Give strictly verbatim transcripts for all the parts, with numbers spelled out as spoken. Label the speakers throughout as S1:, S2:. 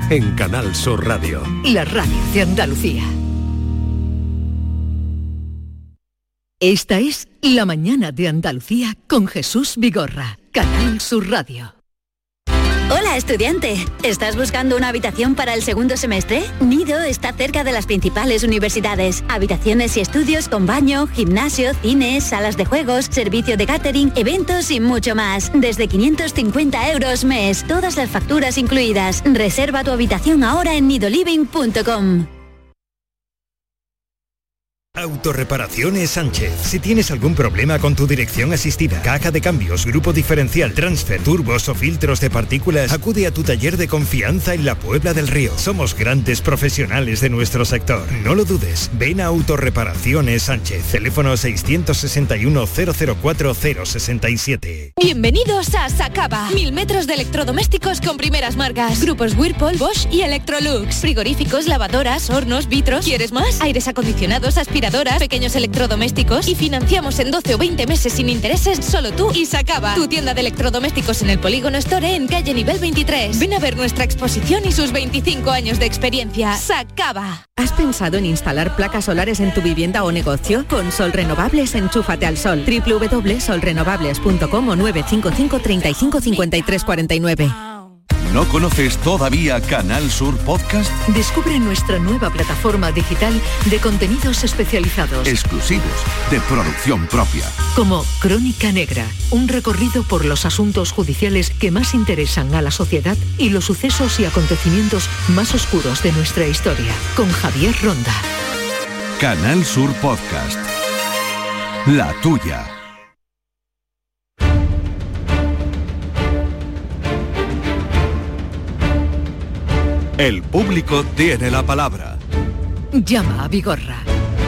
S1: en Canal Sur Radio.
S2: La radio de Andalucía. Esta es La mañana de Andalucía con Jesús Vigorra, Canal Sur Radio.
S3: Hola, estudiante. ¿Estás buscando una habitación para el segundo semestre? Nido está cerca de las principales universidades. Habitaciones y estudios con baño, gimnasio, cines, salas de juegos, servicio de catering, eventos y mucho más. Desde quinientos cincuenta euros mes. Todas las facturas incluidas. Reserva tu habitación ahora en nidoliving punto com.
S4: Autorreparaciones Sánchez. Si tienes algún problema con tu dirección asistida, caja de cambios, grupo diferencial, transfer, turbos o filtros de partículas, acude a tu taller de confianza en la Puebla del Río. Somos grandes profesionales de nuestro sector. No lo dudes. Ven a Autorreparaciones Sánchez. Teléfono seiscientos sesenta y uno, cero cero cuatro, cero sesenta y siete.
S5: Bienvenidos a Sacaba. Mil metros de electrodomésticos con primeras marcas. Grupos Whirlpool, Bosch y Electrolux. Frigoríficos, lavadoras, hornos, vitros. ¿Quieres más? Aires acondicionados, aspiradoras, pequeños electrodomésticos, y financiamos en doce o veinte meses sin intereses, solo tú y Sacaba. Tu tienda de electrodomésticos en el Polígono Store en calle Nivel veintitrés. Ven a ver nuestra exposición y sus veinticinco años de experiencia. Sacaba.
S6: ¿Has pensado en instalar placas solares en tu vivienda o negocio? Con Sol Renovables, enchúfate al sol. doble u doble u doble u punto sol renovables punto com o nueve cinco cinco, treinta y cinco, cincuenta y tres, cuarenta y nueve.
S7: ¿No conoces todavía Canal Sur Podcast?
S2: Descubre nuestra nueva plataforma digital de contenidos especializados.
S7: Exclusivos, de producción propia.
S2: Como Crónica Negra, un recorrido por los asuntos judiciales que más interesan a la sociedad y los sucesos y acontecimientos más oscuros de nuestra historia. Con Javier Ronda.
S7: Canal Sur Podcast. La tuya. El público tiene la palabra.
S2: Llama a Vigorra.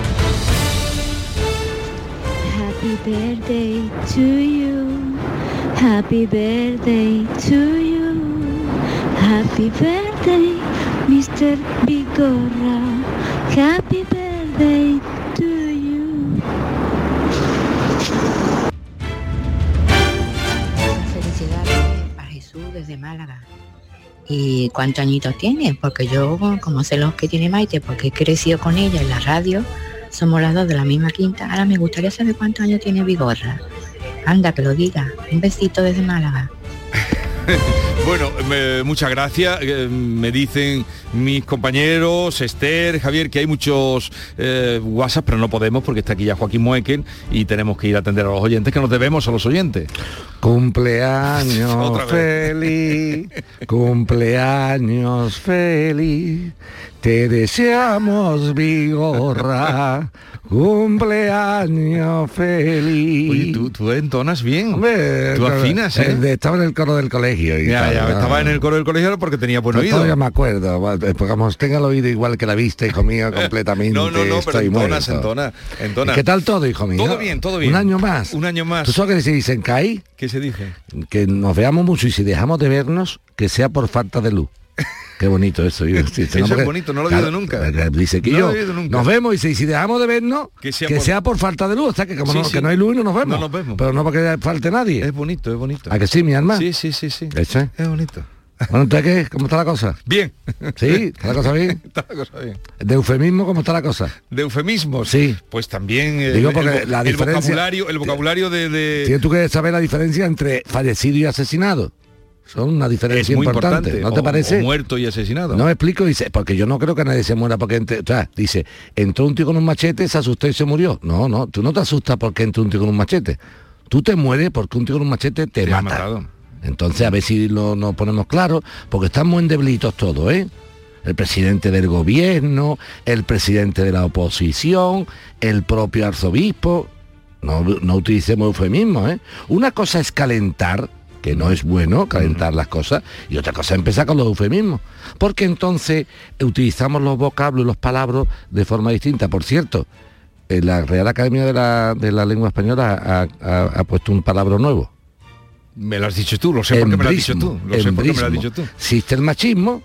S8: Happy birthday to you. Happy birthday to you. Happy birthday, mister Vigorra. Happy birthday to you.
S9: Felicidades para Jesús desde Málaga. ¿Y cuántos añitos tiene? Porque yo, como sé los que tiene Maite, porque he crecido con ella en la radio, somos las dos de la misma quinta. Ahora me gustaría saber cuántos años tiene Vigorra. Anda, que lo diga. Un besito desde Málaga.
S10: Bueno, me, muchas gracias. Eh, me dicen mis compañeros, Esther, Javier, que hay muchos eh, WhatsApp, pero no podemos porque está aquí ya Joaquín Moekel y tenemos que ir a atender a los oyentes, que nos debemos a los oyentes.
S11: Cumpleaños feliz, cumpleaños feliz, te deseamos, Vigorra. Cumpleaños feliz.
S10: Oye, tú, tú entonas bien.
S11: Hombre,
S10: tú afinas, ¿eh?
S11: Estaba en el coro del colegio. Y
S10: ya,
S11: tal,
S10: ya,
S11: ¿no?
S10: Estaba en el coro del colegio porque tenía buen
S11: no,
S10: oído.
S11: Todavía me acuerdo. Porque como tenga el oído igual que la vista, hijo mío, completamente.
S10: no, no, no, pero
S11: estoy
S10: entonas,
S11: muerto.
S10: entonas, entonas.
S11: ¿Qué tal todo, hijo mío?
S10: Todo bien, todo bien.
S11: Un año más.
S10: Un año más.
S11: ¿Tú sabes qué se dice en C A I?
S10: ¿Qué se dice?
S11: Que nos veamos mucho y si dejamos de vernos, que sea por falta de luz. Qué bonito eso. Yo, sí,
S10: eso es bonito, no lo he oído nunca.
S11: Dice que
S10: no
S11: yo, nos vemos y si, si dejamos de vernos, que sea, que por... sea por falta de luz. O sea, que como sí, no, sí. que no hay luz y no nos vemos.
S10: No nos vemos.
S11: Pero no porque falte nadie.
S10: Es bonito, es bonito.
S11: ¿A que sí, mi alma?
S10: Sí, sí, sí, sí.
S11: ¿Eso?
S10: Es bonito.
S11: Bueno, entonces, ¿qué? ¿Cómo está la cosa?
S10: Bien.
S11: ¿Sí? ¿Está la cosa bien?
S10: Está la cosa bien.
S11: ¿De eufemismo cómo está la cosa?
S10: ¿De eufemismo?
S11: Sí.
S10: Pues también eh,
S11: Digo porque
S10: el,
S11: la
S10: el
S11: diferencia,
S10: vocabulario, el vocabulario de, de...
S11: Tienes tú que saber la diferencia entre fallecido y asesinado. Son una diferencia
S10: es muy
S11: importante,
S10: importante,
S11: ¿no te
S10: o,
S11: parece?
S10: O muerto y asesinado.
S11: No me explico, dice, porque yo no creo que nadie se muera porque entre, o sea, dice, entró un tío con un machete, se asustó y se murió. No, no, tú no te asustas porque entró un tío con un machete. Tú te mueres porque un tío con un machete te
S10: se
S11: mata. Entonces a ver si lo, nos ponemos claros, porque estamos en debilitos todos, ¿eh? El presidente del gobierno, el presidente de la oposición, el propio arzobispo. No, no utilicemos eufemismos, ¿eh? Una cosa es calentar, que no es bueno calentar las cosas, y otra cosa es empezar con los eufemismos, porque entonces utilizamos los vocablos y los palabras de forma distinta. Por cierto, la Real Academia de la, de la Lengua Española ha, ha, ha puesto un palabra nuevo.
S10: Me lo has dicho tú, lo sé porque me lo has dicho tú. Lo sé porque me lo has dicho tú.
S11: Existe el machismo,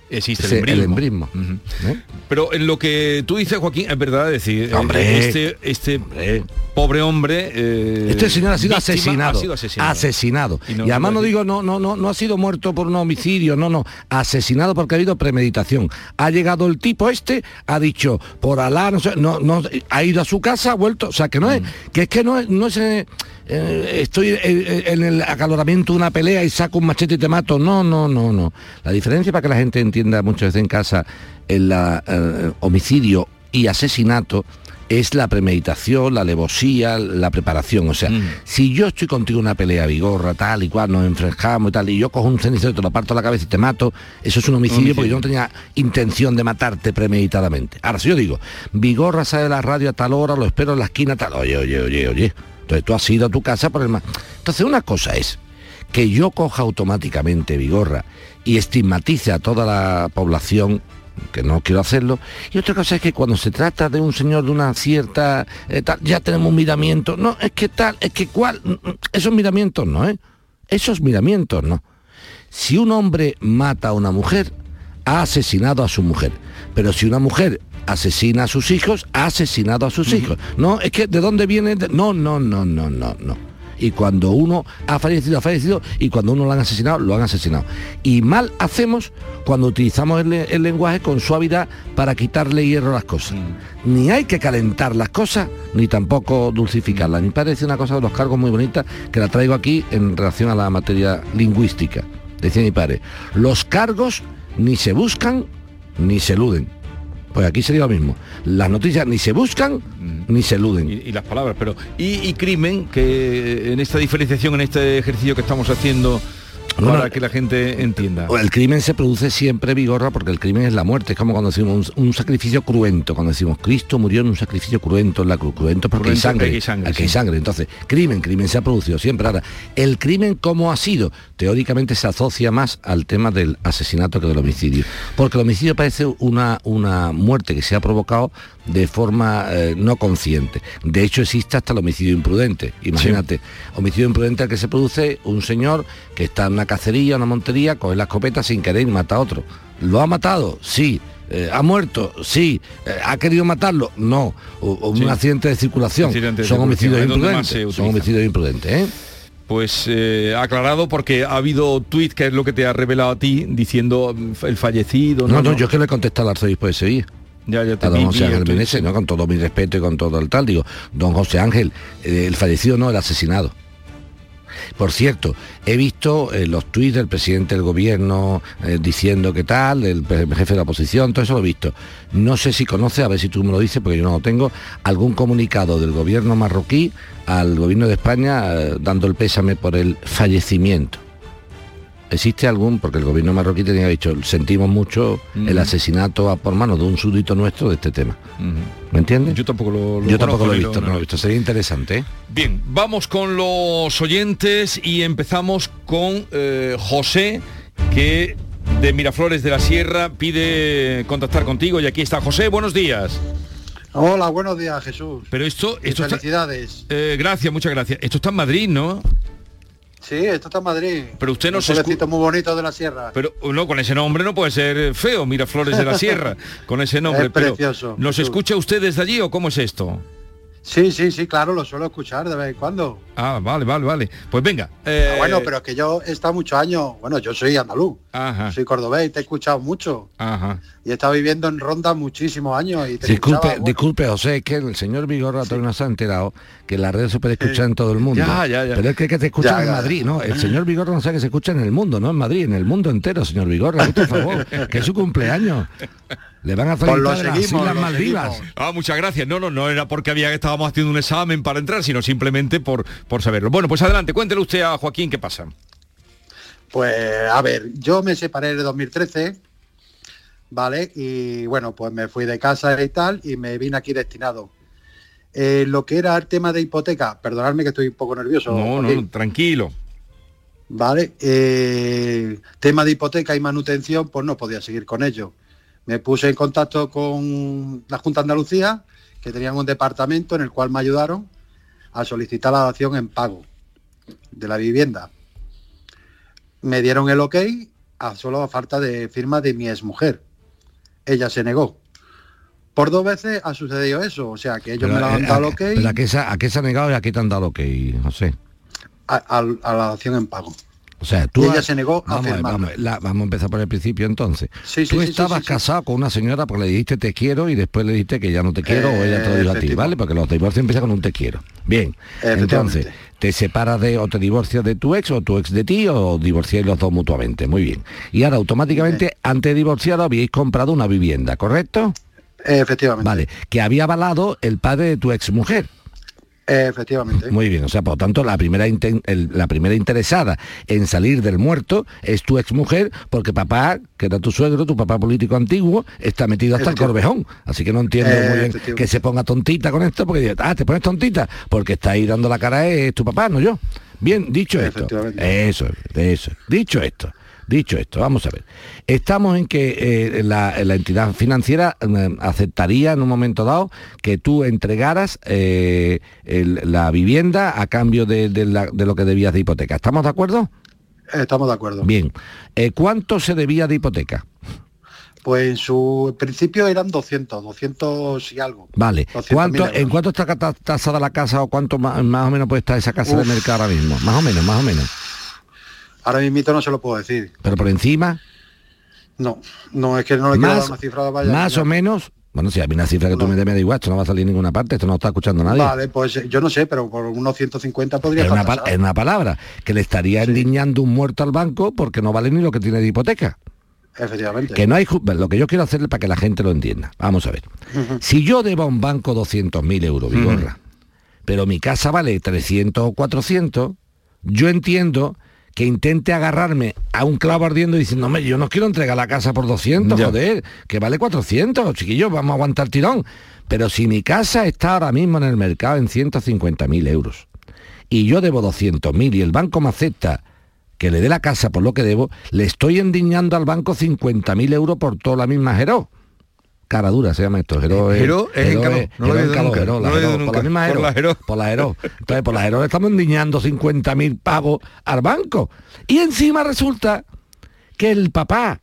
S10: Existe el
S11: ese-
S10: embrismo.
S11: el embrismo.
S10: Ujú.
S11: ¿Eh?
S10: Pero en lo que tú dices, Joaquín, es verdad, es decir,
S11: Hombre.
S10: eh, este, este
S11: Hombre.
S10: pobre hombre... eh,
S11: Este señor ha sido
S10: víctima,
S11: asesinado.
S10: ha sido asesinado.
S11: Asesinado.
S10: Y
S11: Y,
S10: no-
S11: además
S10: no
S11: no
S10: puede
S11: digo, no, no, no, no ha sido muerto por un homicidio, no, no. Asesinado porque ha habido premeditación. Ha llegado el tipo este, ha dicho, por Alá, no sé, no, no, ha ido a su casa, ha vuelto. O sea que no es, que es que no es, no es eh, eh, estoy eh, en el acaloramiento de una pelea y saco un machete y te mato. No, no, no, no. La diferencia, para que la gente entienda muchas veces en casa, el la, eh, homicidio y asesinato es la premeditación, la alevosía, la preparación. O sea,
S10: Mm.
S11: si yo estoy contigo en una pelea, Vigorra, tal y cual, nos enfrentamos y tal, y yo cojo un cenicero y te lo parto a la cabeza y te mato, eso es un homicidio,
S10: Homicidio.
S11: porque yo no tenía intención de matarte premeditadamente. Ahora, si yo digo, Vigorra sale de la radio a tal hora, lo espero en la esquina, tal, oye, oye, oye, oye, entonces tú has ido a tu casa por el ma- Entonces, una cosa es que yo coja automáticamente, Vigorra, y estigmatice a toda la población, que no quiero hacerlo, y otra cosa es que cuando se trata de un señor de una cierta eh, tal, ya tenemos un miramiento. No, es que tal, es que cuál, mm, mm, esos miramientos no, ¿eh? Esos miramientos no. Si un hombre mata a una mujer, ha asesinado a su mujer, pero si una mujer asesina a sus hijos, ha asesinado a sus hijos. No, es que ¿de dónde viene? De- No, no, no, no, no, no. Y cuando uno ha fallecido, ha fallecido, y cuando uno lo han asesinado, lo han asesinado. Y mal hacemos cuando utilizamos el, le- el lenguaje con suavidad para quitarle hierro a las cosas. Ni hay que calentar las cosas, ni tampoco dulcificarlas. Mi padre decía una cosa de los cargos muy bonita, que la traigo aquí en relación a la materia lingüística. Decía mi padre, los cargos ni se buscan, ni se eluden. Pues aquí sería lo mismo. Las noticias ni se buscan, ni se eluden.
S10: Y, y las palabras, pero... Y, y crimen, que en esta diferenciación, en este ejercicio que estamos haciendo,
S11: Bueno,
S10: para que la gente entienda.
S11: O el crimen se produce siempre, Vigorra, porque el crimen es la muerte. Es como cuando decimos un, un sacrificio cruento, cuando decimos Cristo murió en un sacrificio cruento en la cruz. Cruento porque
S10: Cruento,
S11: hay sangre.
S10: porque hay sangre,
S11: Aquí hay
S10: sí.
S11: sangre. Entonces, crimen, crimen se ha producido siempre. Ahora, el crimen, ¿cómo ha sido? Teóricamente se asocia más al tema del asesinato que del homicidio. Porque el homicidio parece una, una muerte que se ha provocado de forma eh, no consciente. De hecho, existe hasta el homicidio imprudente. Imagínate, homicidio imprudente al que se produce un señor que está en una cacería, una montería, coge la escopeta sin querer y mata a otro. ¿Lo ha matado? Sí. Eh, ¿Ha muerto? Sí. Eh, ¿Ha querido matarlo? No. O, o
S10: Sí.
S11: un accidente de circulación.
S10: Accidente de
S11: Son
S10: circulación,
S11: homicidios
S10: es donde más
S11: imprudentes.
S10: se
S11: Son
S10: utiliza.
S11: homicidios imprudentes, ¿eh?
S10: Pues eh, aclarado, porque ha habido tuit, que es lo que te ha revelado a ti, diciendo mm, el fallecido.
S11: No, no, yo es que le contesté al arzobispo de Sevilla.
S10: Ya, ya te
S11: A don
S10: vi,
S11: José
S10: vi
S11: Ángel
S10: el tuit,
S11: Meneses,
S10: sí.
S11: ¿no? Con todo mi respeto y con todo el tal, digo, don José Ángel, eh, el fallecido no, el asesinado. Por cierto, he visto eh, los tuits del presidente del gobierno eh, diciendo que tal, el pe- jefe de la oposición, todo eso lo he visto. No sé si conoce, a ver si tú me lo dices, porque yo no lo tengo, algún comunicado del gobierno marroquí al gobierno de España eh, dando el pésame por el fallecimiento. ¿Existe algún? Porque el gobierno marroquí tenía dicho, sentimos mucho el
S10: Ujú.
S11: asesinato a por manos de un súbdito nuestro de este tema.
S10: Ujú.
S11: ¿Me entiendes?
S10: Yo tampoco lo, lo
S11: Yo tampoco
S10: conozco,
S11: lo he
S10: ni
S11: visto, no lo he visto. Sería interesante, ¿eh?
S10: Bien, vamos con los oyentes y empezamos con eh, José, que de Miraflores de la Sierra pide contactar contigo, y aquí está José. Buenos días.
S1: Hola, buenos días, Jesús.
S10: Pero esto,
S1: Y
S10: esto está,
S1: felicidades.
S10: eh, gracias, muchas gracias. Esto está en Madrid, ¿no?
S1: Sí, esto está en Madrid.
S10: Pero usted no
S1: Un
S10: se escu-
S1: pueblecito muy bonito de la sierra.
S10: Pero no, con ese nombre no puede ser feo, Miraflores de la Sierra, con ese nombre.
S1: Es
S10: pero
S1: precioso,
S10: ¿nos
S1: Jesús.
S10: escucha usted desde allí o cómo es esto?
S1: Sí, sí, sí, claro, lo suelo escuchar de vez en cuando.
S10: Ah, vale, vale, vale. Pues venga. eh,
S1: Ah, bueno, pero es que yo he estado muchos años, bueno, yo soy andaluz,
S10: Ajá,
S1: soy cordobés y te he escuchado mucho.
S10: ajá.
S1: Y he estado viviendo en Ronda muchísimos años y te
S11: Disculpe,
S1: escuchaba, bueno,
S11: disculpe, José, es que el señor Vigorra todavía no se ha enterado que la red se puede escuchar en todo el mundo.
S10: Ya, ya, ya.
S11: Pero es que, que te escuchan
S1: Ya,
S11: en
S1: ya.
S11: Madrid, ¿no? El señor Vigorra no sabe que se escucha en el mundo, no en Madrid, en el mundo entero, señor Vigorra, por favor, que es su cumpleaños. Le van a
S1: Pues lo
S11: felicitar de las
S1: seguimos,
S11: Islas
S1: lo
S11: Maldivas.
S1: seguimos.
S10: Ah, muchas gracias. No, no, no era porque había estábamos haciendo un examen para entrar, sino simplemente por, por saberlo. Bueno, pues adelante, cuéntele usted a Joaquín qué pasa.
S1: Pues a ver, yo me separé en el dos mil trece, ¿vale? Y bueno, pues me fui de casa y tal y me vine aquí destinado. Eh, lo que era el tema de hipoteca, perdonadme que estoy un poco nervioso.
S10: No, no,
S1: Joaquín.
S10: tranquilo.
S1: Vale, eh, tema de hipoteca y manutención, pues no podía seguir con ello. Me puse en contacto con la Junta de Andalucía, que tenían un departamento en el cual me ayudaron a solicitar la dación en pago de la vivienda. Me dieron el ok a solo a falta de firma de mi exmujer. Ella se negó. Por dos veces ha sucedido eso, o sea, que ellos
S11: pero,
S1: me lo han
S11: eh,
S1: dado
S11: a,
S1: ok.
S11: Pero ¿a qué, se, ¿A qué se ha negado y a qué te han dado ok, José?
S1: A, a, a la dación en pago.
S11: O sea, tú...
S1: Y ella
S11: has,
S1: se negó a
S11: vamos,
S1: firmar.
S11: Vamos, la, vamos a empezar por el principio entonces.
S1: Sí, sí,
S11: tú
S1: sí,
S11: estabas
S1: sí, sí,
S11: casado
S1: sí.
S11: con una señora porque le dijiste te quiero y después le dijiste que ya no te quiero eh, o ella te lo dijo a ti, ¿vale? Porque los divorcios empiezan con un te quiero. Bien, entonces, te separas de o te divorcias de tu ex o tu ex de ti o divorciáis los dos mutuamente. Muy bien. Y ahora automáticamente, eh. antes de divorciaros, habíais comprado una vivienda, ¿correcto?
S1: Efectivamente.
S11: Vale, que había avalado el padre de tu ex mujer.
S1: Efectivamente.
S11: Muy bien, o sea, por lo tanto, la primera inten el, la primera interesada en salir del muerto es tu exmujer, porque papá, que era tu suegro, tu papá político antiguo, está metido hasta el corvejón. Así que no entiendo eh, muy bien que se ponga tontita con esto, porque ah, te pones tontita, porque está ahí dando la cara es tu papá, no yo. Bien, dicho esto. Eso, eso. Dicho esto. Dicho esto, vamos a ver. Estamos en que eh, la, la entidad financiera eh, aceptaría en un momento dado que tú entregaras eh, el, la vivienda a cambio de, de, la, de lo que debías de hipoteca. ¿Estamos de acuerdo?
S1: Estamos de acuerdo.
S11: Bien. Eh, ¿Cuánto se debía de hipoteca?
S1: Pues en su principio eran doscientos, doscientos y algo.
S11: Vale. ¿Cuánto, ¿En cuánto está tasada la casa o cuánto más, más o menos puede estar esa casa Uf. de mercado ahora mismo? Más o menos, más o menos.
S1: Ahora mismo no se lo puedo decir.
S11: ¿Pero por encima?
S1: No, no, es que no le quiero dar una cifra. Vaya,
S11: más o menos. Bueno, si a mí una cifra que no. tú me des me da igual, esto no va a salir en ninguna parte, esto no lo está escuchando nadie.
S1: Vale, pues yo no sé, pero por unos ciento cincuenta podría
S11: es
S1: estar
S11: una, es una palabra, que le estaría sí. endiñando un muerto al banco porque no vale ni lo que tiene de hipoteca.
S1: Efectivamente.
S11: Que no hay... Lo que yo quiero hacerle para que la gente lo entienda. Vamos a ver. Uh-huh. Si yo debo a un banco doscientos mil euros, Vigorra, uh-huh. pero mi casa vale trescientos o cuatrocientos, yo entiendo... que intente agarrarme a un clavo ardiendo y diciendo, yo no quiero entregar la casa por doscientos, ya. joder, que vale cuatrocientos, chiquillos, vamos a aguantar tirón. Pero si mi casa está ahora mismo en el mercado en ciento cincuenta mil euros y yo debo doscientos mil y el banco me acepta que le dé la casa por lo que debo, le estoy endiñando al banco cincuenta mil euros por toda la misma Jero. Cara dura se llama esto, Jero es...
S10: Jero es en calor, no lo he
S11: calor, Jero, la Jero, por la misma Jero, por la Jero. Por la Jero. Entonces, por la Jero le estamos endiñando cincuenta mil pagos al banco. Y encima resulta que el papá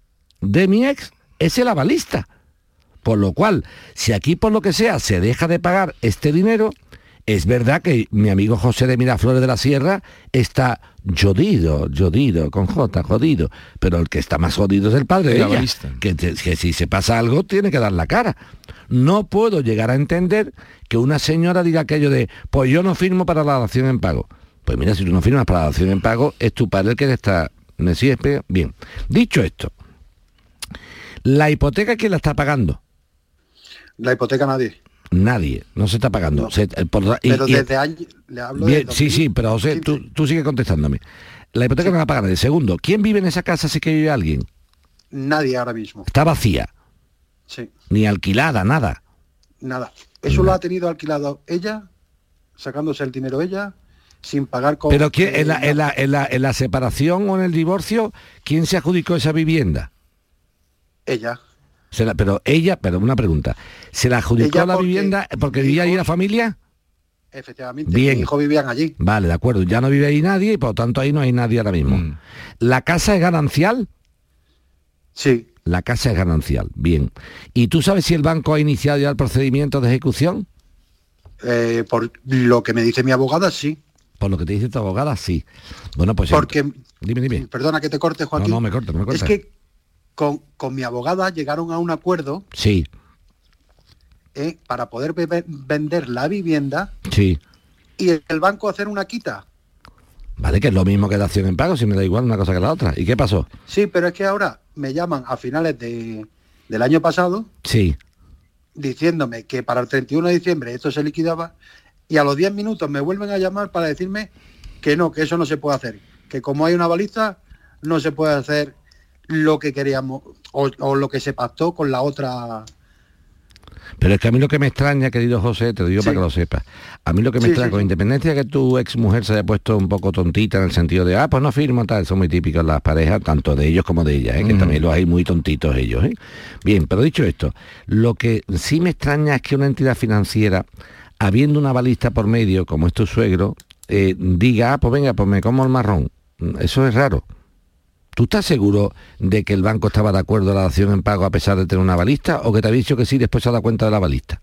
S11: de mi ex es el avalista. Por lo cual, si aquí por lo que sea se deja de pagar este dinero, es verdad que mi amigo José de Miraflores de la Sierra está jodido, jodido, con J, jodido, pero el que está más jodido es el padre de ella, que, que si se pasa algo tiene que dar la cara. No puedo llegar a entender que una señora diga aquello de, pues yo no firmo para la dación en pago. Pues mira, si tú no firmas para la dación en pago, es tu padre el que está... Bien, dicho esto, ¿la hipoteca quién la está pagando?
S1: La hipoteca nadie.
S11: Nadie, no se está pagando.
S1: No.
S11: Se, por, y,
S1: pero
S11: y,
S1: desde año, le hablo
S11: bien,
S1: de
S11: sí, sí, pero José, tú, tú sigue contestándome. La hipoteca sí. no la paga nadie. Segundo, ¿quién vive en esa casa si que vive alguien?
S1: Nadie ahora mismo.
S11: Está vacía.
S1: Sí.
S11: Ni alquilada, nada.
S1: Nada. Eso nada. Lo ha tenido alquilado ella, sacándose el dinero ella, sin pagar con...
S11: Pero ¿quién, en, la, en, la, en, la, en la separación o en el divorcio, ¿quién se adjudicó esa vivienda?
S1: Ella.
S11: Se la, pero ella, pero una pregunta, ¿se la adjudicó la vivienda porque vivía allí la familia?
S1: Efectivamente,
S11: bien.
S1: Mi hijo vivían allí.
S11: Vale, de acuerdo, ya no vive ahí nadie y por lo tanto ahí no hay nadie ahora mismo. Mm. ¿La casa es ganancial?
S1: Sí.
S11: La casa es ganancial, bien. ¿Y tú sabes si el banco ha iniciado ya el procedimiento de ejecución?
S1: Eh, por lo que me dice mi abogada, sí.
S11: Por lo que te dice tu abogada, sí. Bueno, pues...
S1: Porque...
S11: Ent... Dime, dime.
S1: Perdona que te corte, Joaquín.
S11: No, no, me corta, me corta.
S1: Es que Con, con mi abogada llegaron a un acuerdo
S11: sí.
S1: eh, para poder be- vender la vivienda
S11: sí.
S1: y el banco hacer una quita.
S11: Vale, que es lo mismo que dación en pago, si me da igual una cosa que la otra. ¿Y qué pasó?
S1: Sí, pero es que ahora me llaman a finales de, del año pasado
S11: sí.
S1: diciéndome que para el treinta y uno de diciembre esto se liquidaba y a los diez minutos me vuelven a llamar para decirme que no, que eso no se puede hacer, que como hay una baliza no se puede hacer lo que queríamos o, o lo que se pactó con la otra.
S11: Pero es que a mí lo que me extraña, querido José, te lo digo sí. para que lo sepas, a mí lo que me sí, extraña, sí, con sí. independencia de que tu ex mujer se haya puesto un poco tontita en el sentido de, ah, pues no firmo, tal, son muy típicos las parejas, tanto de ellos como de ellas, ¿eh? mm. que también los hay muy tontitos ellos. ¿eh? Bien, pero dicho esto, lo que sí me extraña es que una entidad financiera, habiendo una balista por medio, como es tu suegro, eh, diga, ah, pues venga, pues me como el marrón. Eso es raro. ¿Tú estás seguro de que el banco estaba de acuerdo a la dación en pago a pesar de tener una avalista, o que te ha dicho que sí después se ha dado cuenta de la avalista?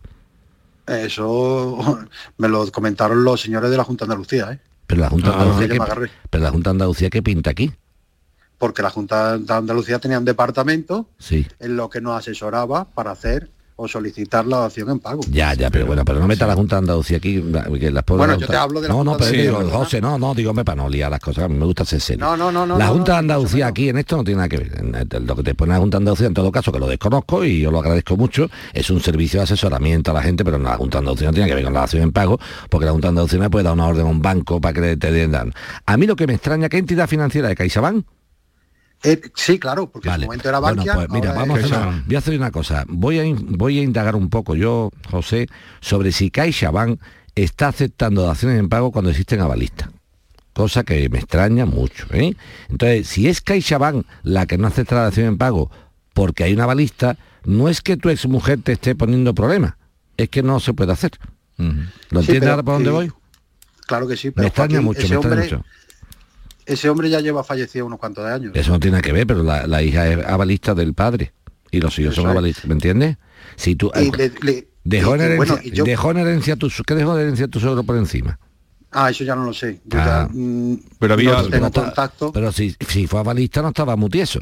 S1: Eso me lo comentaron los señores de la Junta de Andalucía, ¿eh?
S11: Pero la Junta de
S1: Ah,
S11: Andalucía,
S1: que
S11: ¿qué,
S1: me agarré.
S11: pero la Junta de Andalucía, ¿qué pinta aquí?
S1: Porque la Junta de Andalucía tenía un departamento
S11: Sí.
S1: en lo que nos asesoraba para hacer o solicitar la dación en pago.
S11: Ya, ya, pero bueno, pero no meta la Junta de Andalucía aquí, que las pobres
S1: Bueno,
S11: la
S1: yo
S11: Junta-
S1: te hablo de la
S11: No, no,
S1: Junta
S11: pero
S1: de
S11: digo,
S1: Andalucía,
S11: José, no, no, digo, hombre, para no liar las cosas, a mí me gusta ser serio.
S1: No, no, no, no.
S11: La
S1: no,
S11: Junta
S1: no,
S11: de Andalucía aquí en esto no tiene nada que ver. Lo que te pone la Junta de Andalucía, en todo caso, que lo desconozco y yo lo agradezco mucho, es un servicio de asesoramiento a la gente, pero la Junta de Andalucía no tiene que ver con la dación en pago, porque la Junta de Andalucía no puede dar una orden a un banco para que te den. A mí lo que me extraña, ¿qué entidad financiera de CaixaBank?
S1: Eh, sí, claro, porque
S11: Vale.
S1: en su momento era
S11: Bueno,
S1: Bankia.
S11: pues mira,
S1: ahora
S11: vamos a
S1: es-
S11: hacer una, voy a hacer una cosa. Voy a, in- voy a indagar un poco yo, José, sobre si CaixaBank está aceptando daciones en pago cuando existen avalistas. Cosa que me extraña mucho, ¿eh? Entonces, si es CaixaBank la que no acepta la dación en pago porque hay una avalista, no es que tu exmujer te esté poniendo problemas, es que no se puede hacer. ¿Lo
S1: Sí,
S11: entiendes
S1: pero,
S11: ahora por dónde
S1: eh,
S11: voy?
S1: Claro que sí,
S11: Me
S1: pero
S11: extraña
S1: Joaquín,
S11: mucho, me
S1: ese
S11: extraña
S1: hombre,
S11: mucho.
S1: ese hombre ya lleva fallecido unos cuantos de años.
S11: Eso no tiene que ver, pero la, la hija es avalista del padre y los hijos
S1: Eso
S11: son
S1: es.
S11: avalistas, ¿me entiendes? Si tú
S1: Y le- le-
S11: dejó
S1: y-
S11: en
S1: y
S11: herencia,
S1: bueno, y yo-
S11: dejó en herencia tu, ¿qué dejó de herencia tu suegro por encima?
S1: Ah, eso ya no lo sé. Yo
S11: Ah.
S1: ya, mm,
S10: Pero había-
S1: no tengo
S11: pero, está-
S1: contacto.
S11: pero si, si fue avalista no estaba muy tieso.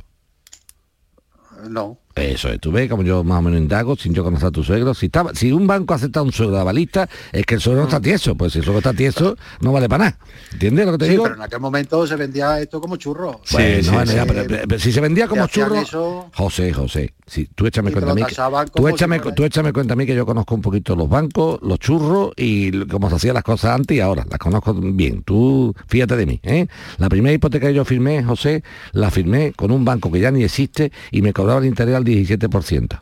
S1: No.
S11: Eso es, tú ves como yo más o menos indago sin yo conocer a tu suegro. Si estaba, si un banco acepta a un suegro de avalista, es que el suegro no está tieso. Pues si el suegro está tieso, no vale para nada. ¿Entiendes lo que te
S1: Sí,
S11: digo?
S1: pero en aquel momento se vendía esto como churro.
S11: Pues,
S10: Sí,
S11: no,
S10: sí,
S11: no, ya,
S1: sí.
S11: pero, pero- pero si se vendía como
S1: hacían
S11: churro,
S1: eso-
S11: José, José, si tú échame
S1: Y te
S11: cuenta a
S1: lo
S11: mí, que-
S1: tasaban
S11: tú
S1: como
S11: échame,
S1: si fuera-
S11: tú échame cuenta a mí que yo conozco un poquito los bancos, los churros y l- cómo se hacían las cosas antes y ahora, las conozco bien. Tú fíjate de mí, ¿eh? La primera hipoteca que yo firmé, José, la firmé con un banco que ya ni existe y me cobraba el interés al diecisiete por ciento.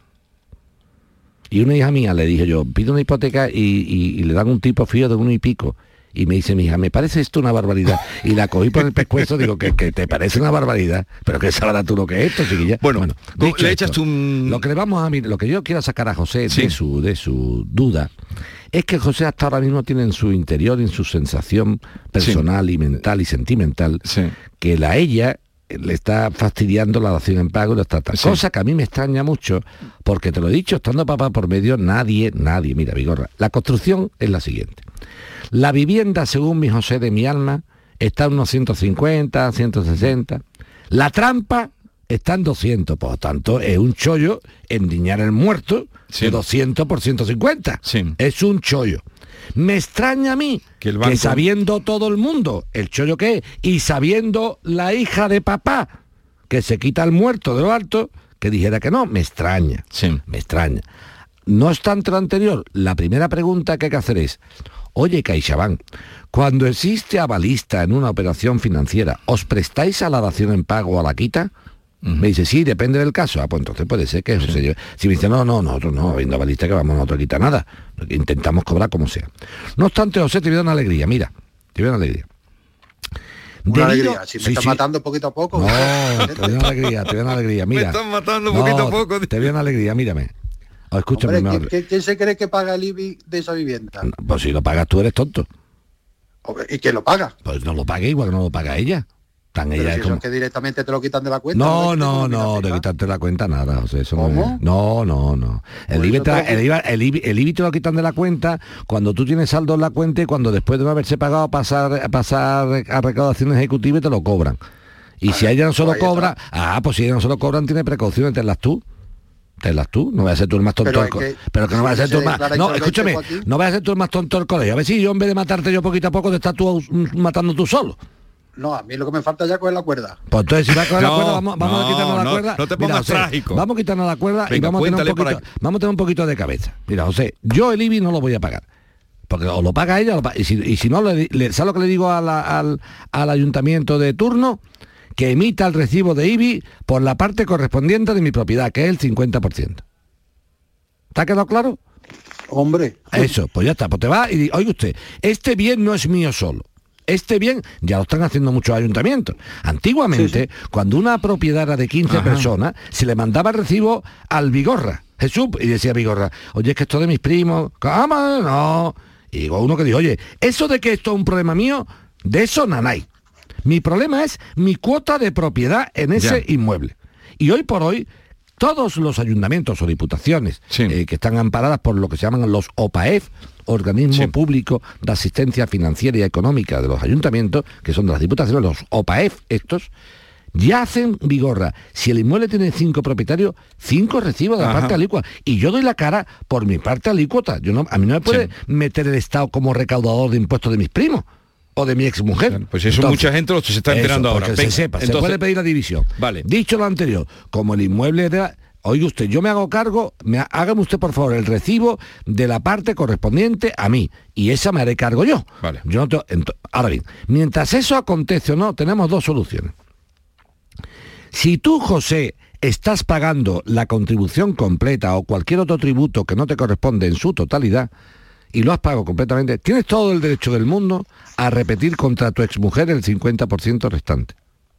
S11: Y una hija mía le dije yo, pido una hipoteca y, y- y le dan un tipo fío de uno y pico. Y me dice mi hija, me parece esto una barbaridad. Y la cogí por el pescuezo, digo, que, que te parece una barbaridad. Pero que sabrás tú lo que es esto, chiquilla.
S10: Bueno,
S11: dicho
S10: le
S11: esto,
S10: echas un...
S11: Lo que le vamos a mir- lo que yo quiero sacar a José
S10: Sí.
S11: de su de su duda es que José hasta ahora mismo tiene en su interior, en su sensación personal y mental y sentimental,
S10: Sí.
S11: que la ella le está fastidiando la dación en pago y lo está tal.
S10: Sí.
S11: Cosa que a mí me extraña mucho, porque te lo he dicho, estando papá por medio, nadie, nadie, mira, Vigorra, la construcción es la siguiente. La vivienda, según mi José de mi alma, está en unos ciento cincuenta, ciento sesenta. La trampa está en doscientos, por lo tanto, es un chollo endiñar el muerto
S10: Sí.
S11: de doscientos por ciento cincuenta.
S10: Sí.
S11: Es un chollo. Me extraña a mí
S10: Que el
S11: que
S10: banco-
S11: sabiendo todo el mundo el chollo que es y sabiendo la hija de papá que se quita el muerto de lo alto, que dijera que no, me extraña.
S10: Sí.
S11: Me extraña. No obstante lo anterior, la primera pregunta que hay que hacer es, oye, CaixaBank, cuando existe avalista en una operación financiera, ¿os prestáis a la dación en pago o a la quita? Me dice, sí, depende del caso. Ah, pues entonces puede ser que eso se lleve. Si me dice, no, no, nosotros no, habiendo avalista que vamos, nosotros a quitar nada. Intentamos cobrar como sea. No obstante, José, te voy a dar una alegría, mira, te voy a dar una alegría.
S1: Una
S11: Debido-
S1: alegría. Si me
S11: sí,
S1: estás
S11: sí.
S1: matando poquito a poco.
S11: No, te voy a dar una alegría, te voy a dar una alegría, mira.
S10: Me están matando
S11: No,
S10: poquito a poco.
S11: Te voy a dar una alegría, mírame. O escúchame,
S1: Hombre,
S11: mejor.
S1: ¿quién, quién- quién se cree que paga el I B I de esa vivienda?
S11: Pues si lo pagas tú eres tonto.
S1: ¿Y quién lo paga?
S11: Pues no lo pague igual que no lo paga ella. Tan
S1: Pero
S11: ella
S1: si
S11: es
S1: eso
S11: como...
S1: es que directamente te lo quitan de la cuenta.
S11: No,
S1: es que
S11: no,
S1: te lo
S11: no,
S1: quitan
S11: de
S1: de
S11: quitarte la cuenta nada, José, eso no es.
S1: ¿Cómo?
S11: No, no, no. El
S1: Por
S11: I B I,
S1: eso
S11: te,
S1: tengo que-
S11: el, I V A el I B I el I B I te lo quitan de la cuenta cuando tú tienes saldo en la cuenta y cuando después de no haberse pagado pasar, pasar a recaudación ejecutiva y te lo cobran. Y si a ella no se lo
S1: pues ahí
S11: cobra, ah, pues si a ella no se lo cobran, tiene precauciones, tenlas tú. Tenlas tú, no vayas a ser tú el más tonto
S1: Pero
S11: del
S1: es
S11: colegio.
S1: que
S11: Pero que no
S1: si
S11: vayas a ser
S1: se
S11: tú el más...
S1: declara
S11: No,
S1: insolvente,
S11: escúchame,
S1: Joaquín.
S11: no vayas a ser tú el más tonto del colegio. A ver si yo en vez de matarte yo poquito a poco te estás tú mm, matando tú solo.
S1: No, a mí lo que me falta ya es coger la cuerda.
S11: Pues entonces si va a coger
S10: No,
S11: la cuerda, vamos, vamos
S10: no,
S11: a quitarnos la
S10: no,
S11: cuerda.
S10: no te
S11: Mira,
S10: pongas
S11: José,
S10: trágico.
S11: vamos a quitarnos la cuerda y
S10: Venga,
S11: vamos a, tener un
S10: cuéntale por
S11: poquito,
S10: aquí.
S11: vamos a tener un poquito de cabeza. Mira, José, yo el I B I no lo voy a pagar. Porque o lo paga ella, o lo paga- y, si, y si no, le, le- ¿sabes lo que le digo a la- al, al ayuntamiento de turno? Que emita el recibo de I B I por la parte correspondiente de mi propiedad, que es el cincuenta por ciento. ¿Está quedado claro?
S1: Hombre.
S11: Eso, pues ya está, pues te va y di, oiga usted, este bien no es mío solo. Este bien ya lo están haciendo muchos ayuntamientos. Antiguamente, cuando una propiedad era de quince
S10: Ajá.
S11: personas, se le mandaba el recibo al Vigorra, Jesús, y decía Vigorra, oye, es que esto de mis primos, ¿cómo? No. Y digo uno que dijo, oye, eso de que esto es un problema mío, de eso nanay. Mi problema es mi cuota de propiedad en ese
S10: Ya.
S11: inmueble. Y hoy por hoy, todos los ayuntamientos o diputaciones
S10: Sí.
S11: eh, que están amparadas por lo que se llaman los O P A E F, Organismo
S10: Sí.
S11: Público de Asistencia Financiera y Económica de los ayuntamientos, que son de las diputaciones, los O P A E F estos, ya hacen vigorra. Si el inmueble tiene cinco propietarios, cinco recibos de la
S10: Ajá.
S11: parte alícuota. Y yo doy la cara por mi parte alícuota. Yo no, a mí no me puede
S10: Sí.
S11: meter el Estado como recaudador de impuestos de mis primos o de mi exmujer.
S10: Pues eso mucha gente lo se está enterando
S11: eso,
S10: ahora.
S11: porque
S10: Venga,
S11: se sepa, se
S10: entonces-
S11: puede pedir la división.
S10: Vale.
S11: Dicho lo anterior, como el inmueble de la- oiga usted, yo me hago cargo, me, hágame usted por favor el recibo de la parte correspondiente a mí, y esa me haré cargo yo.
S10: Vale.
S11: Yo no tengo- ento- ahora bien, mientras eso acontece o no, tenemos dos soluciones. Si tú, José, estás pagando la contribución completa o cualquier otro tributo que no te corresponde en su totalidad, y lo has pagado completamente, tienes todo el derecho del mundo a repetir contra tu exmujer el cincuenta por ciento restante.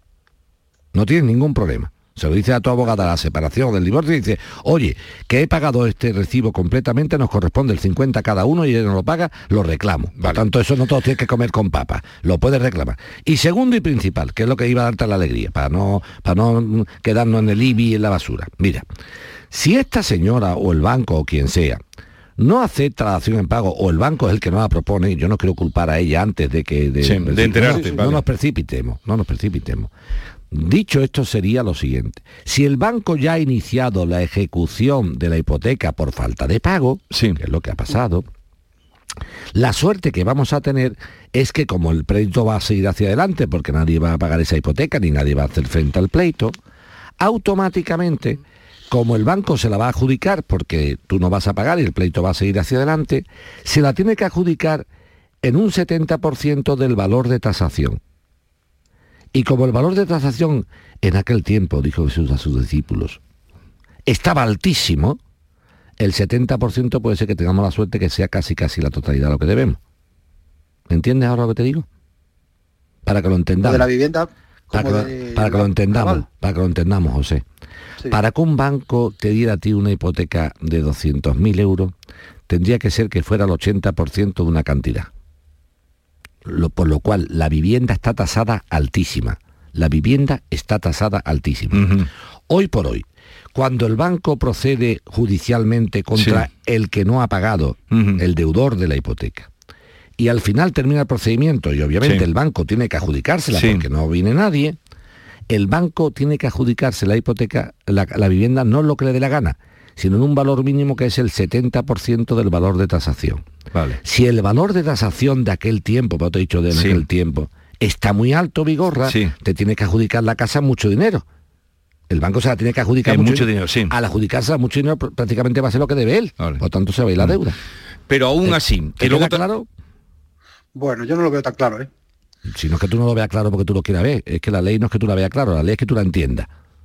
S11: No tienes ningún problema. Se lo dice a tu abogada la separación del divorcio y dice, oye, que he pagado este recibo completamente, nos corresponde el cincuenta cada uno y ella no lo paga, lo reclamo. Por
S10: Vale.
S11: tanto, eso no todo tienes que comer con papas, lo puedes reclamar. Y segundo y principal, que es lo que iba a darte la alegría, para no, para no quedarnos en el I B I y en la basura. Mira, si esta señora o el banco o quien sea no acepta la dación en pago o el banco es el que no la propone, yo no quiero culpar a ella antes de que de,
S10: Sí, de enterarte,
S11: no,
S10: vale.
S11: no nos precipitemos, no nos precipitemos. Dicho esto sería lo siguiente. Si el banco ya ha iniciado la ejecución de la hipoteca por falta de pago,
S10: Sí.
S11: que es lo que ha pasado, la suerte que vamos a tener es que como el pleito va a seguir hacia adelante, porque nadie va a pagar esa hipoteca ni nadie va a hacer frente al pleito, automáticamente, como el banco se la va a adjudicar porque tú no vas a pagar y el pleito va a seguir hacia adelante, se la tiene que adjudicar en un setenta por ciento del valor de tasación. Y como el valor de tasación en aquel tiempo, dijo Jesús a sus discípulos, estaba altísimo, el setenta por ciento puede ser que tengamos la suerte que sea casi casi la totalidad de lo que debemos. ¿Me entiendes ahora lo que te digo? Para que lo
S1: Lo
S11: entendamos.
S1: de la vivienda.
S11: Para que,
S1: como
S11: lo-
S1: de
S11: para que lo
S1: la-
S11: entendamos,
S1: aval.
S11: para que lo entendamos, José.
S1: Sí.
S11: Para que un banco te diera a ti una hipoteca de doscientos mil euros, tendría que ser que fuera el ochenta por ciento de una cantidad. Lo, por lo cual la vivienda está tasada altísima. La vivienda está tasada altísima.
S10: Ujú.
S11: Hoy por hoy, cuando el banco procede judicialmente contra
S10: Sí.
S11: el que no ha pagado,
S10: Ujú.
S11: el deudor de la hipoteca, y al final termina el procedimiento y obviamente
S10: Sí.
S11: el banco tiene que adjudicársela
S10: Sí.
S11: porque no viene nadie, el banco tiene que adjudicarse la hipoteca, la, la vivienda, no lo que le dé la gana, sino en un valor mínimo que es el setenta por ciento del valor de tasación.
S10: Vale.
S11: Si el valor de tasación de aquel tiempo, pero te he dicho de
S10: Sí.
S11: aquel tiempo, está muy alto, Vigorra,
S10: Sí.
S11: te tiene que adjudicar la casa mucho dinero. El banco se la tiene que adjudicar
S10: Es mucho dinero, sí.
S11: Al adjudicarse mucho dinero, pr- prácticamente va a ser lo que debe él.
S10: Vale.
S11: Por tanto, se va a ir la deuda.
S10: Pero aún
S11: Eh,
S10: así,
S11: ¿Te
S10: que luego
S11: queda
S10: ta-
S11: claro?
S1: Bueno, yo no lo veo tan claro, ¿eh?
S11: Si no es que tú no lo veas claro porque tú lo quieras ver, es que la ley no es que tú la veas claro, la ley es que tú la entiendas.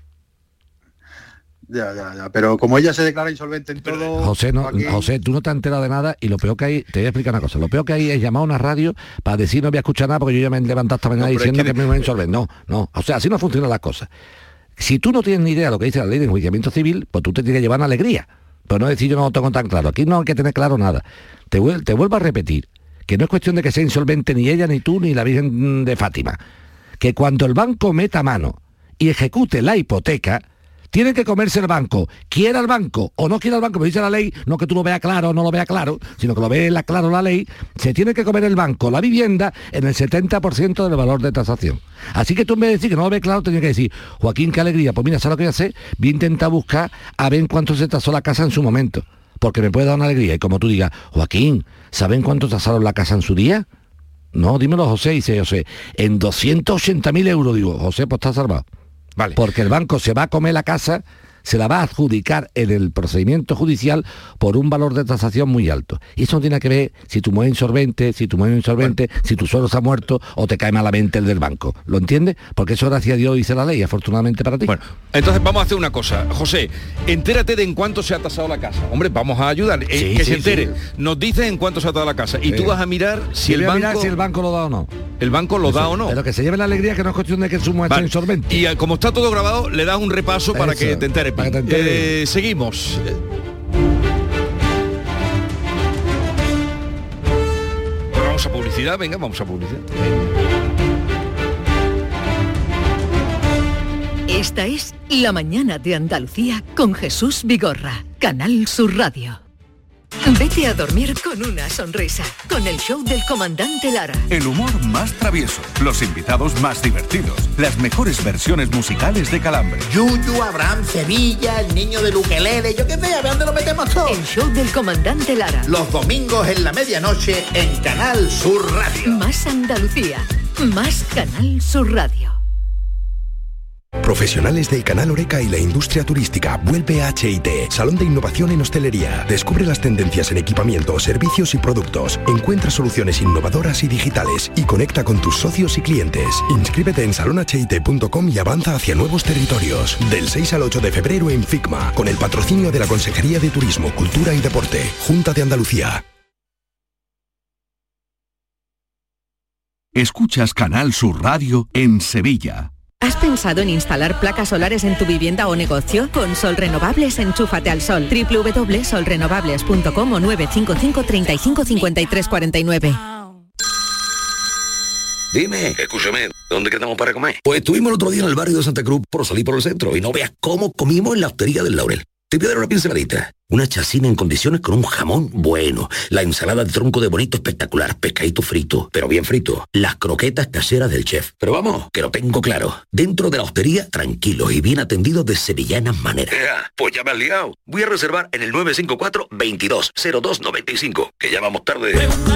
S1: Ya, ya, ya. Pero como ella se declara insolvente en todo...
S11: José, no,
S1: aquí-
S11: José, tú no te has enterado de nada y lo peor que hay, te voy a explicar una cosa, lo peor que hay es llamar a una radio para decir no voy a escuchar nada porque yo ya me he levantado esta mañana
S10: No, pero es
S11: diciendo
S10: que
S11: que,
S10: de-
S11: me voy a insolver. No, no, o sea, así no funcionan las cosas. Si tú no tienes ni idea de lo que dice la ley de enjuiciamiento civil, pues tú te tienes que llevar una alegría. Pero no decir yo no lo tengo tan claro. Aquí no hay que tener claro nada. Te, vuel- te vuelvo a repetir, que no es cuestión de que sea insolvente ni ella, ni tú, ni la Virgen de Fátima. Que cuando el banco meta mano y ejecute la hipoteca, tiene que comerse el banco, quiera el banco o no quiera el banco, me dice la ley, no que tú lo veas claro o no lo veas claro, sino que lo vea claro la ley, se tiene que comer el banco la vivienda en el setenta por ciento del valor de tasación. Así que tú en vez de decir que no lo ves claro, tienes que decir, Joaquín, qué alegría, pues mira, ¿sabes lo que voy a hacer? Voy a intentar buscar a ver en cuánto se tasó la casa en su momento, porque me puede dar una alegría. Y como tú digas, Joaquín, ¿saben cuánto tasaron la casa en su día? No, dímelo, José, dice José, en doscientos ochenta mil euros, digo, José, pues está salvado.
S10: Vale.
S11: Porque el banco se va a comer la casa, se la va a adjudicar en el procedimiento judicial por un valor de tasación muy alto. Y eso no tiene que ver si tu mujer es insolvente, si tu mujer es insolvente, si tu suegro se ha muerto o te cae malamente el del banco. ¿Lo entiendes? Porque eso gracias a Dios dice la ley, afortunadamente para ti.
S10: Bueno, entonces vamos a hacer una cosa. José, entérate de en cuánto se ha tasado la casa. Hombre, vamos a ayudar. eh,
S11: Sí,
S10: que
S11: sí,
S10: se entere.
S11: sí.
S10: Nos dice en cuánto se ha tasado la casa. Y
S11: Sí.
S10: tú vas a mirar si
S11: Y
S10: el
S11: voy a
S10: banco,
S11: mirar si el banco lo da o no.
S10: el banco lo da o no.
S11: Pero que se lleve la alegría, que no es cuestión de que su mujer
S10: Vale.
S11: esté insolvente.
S10: Y eh, como está todo grabado, le das un repaso para
S11: Eso,
S10: que te enteres.
S11: para que te
S10: bien.
S11: enteres
S10: Eh, seguimos. Eh, Vamos a publicidad, venga, vamos a publicidad.
S2: Esta es La Mañana de Andalucía con Jesús Vigorra, Canal Sur Radio. Vete a dormir con una sonrisa, con el show del comandante Lara.
S7: El humor más travieso, los invitados más divertidos, las mejores versiones musicales de Calambre.
S12: Yuyu, Abraham, Sevilla, el niño del ukelele, yo qué sé, a ver dónde lo metemos todo.
S2: El show del comandante Lara.
S12: Los domingos en la medianoche en Canal Sur Radio.
S2: Más Andalucía, más Canal Sur Radio.
S13: Profesionales del Canal Horeca y la industria turística. Vuelve a H I T, Salón de Innovación en Hostelería. Descubre las tendencias en equipamiento, servicios y productos. Encuentra soluciones innovadoras y digitales y conecta con tus socios y clientes. Inscríbete en salon h i t punto com y avanza hacia nuevos territorios. Del seis al ocho de febrero en Figma, con el patrocinio de la Consejería de Turismo, Cultura y Deporte, Junta de Andalucía.
S7: Escuchas Canal Sur Radio en Sevilla.
S6: ¿Has pensado en instalar placas solares en tu vivienda o negocio? Con Sol Renovables, enchúfate al sol. doble u doble u doble u punto sol renovables punto com o nueve cinco cinco, treinta y cinco, cincuenta y tres, cuarenta y nueve.
S14: Dime, escúchame, ¿dónde quedamos para comer? Pues estuvimos el otro día en el barrio de Santa Cruz por salir por el centro y no veas cómo comimos en la hostería del Laurel. Te voy a dar una pinceladita. Una chacina en condiciones con un jamón bueno. La ensalada de tronco de bonito espectacular. Pescadito frito, pero bien frito. Las croquetas caseras del chef. Pero vamos, que lo tengo claro. Dentro de la hostería, tranquilos y bien atendidos de sevillanas maneras. Ya, pues ya me has liado. Voy a reservar en el nueve cinco cuatro, veintidós, cero dos noventa y cinco. Que ya vamos tarde.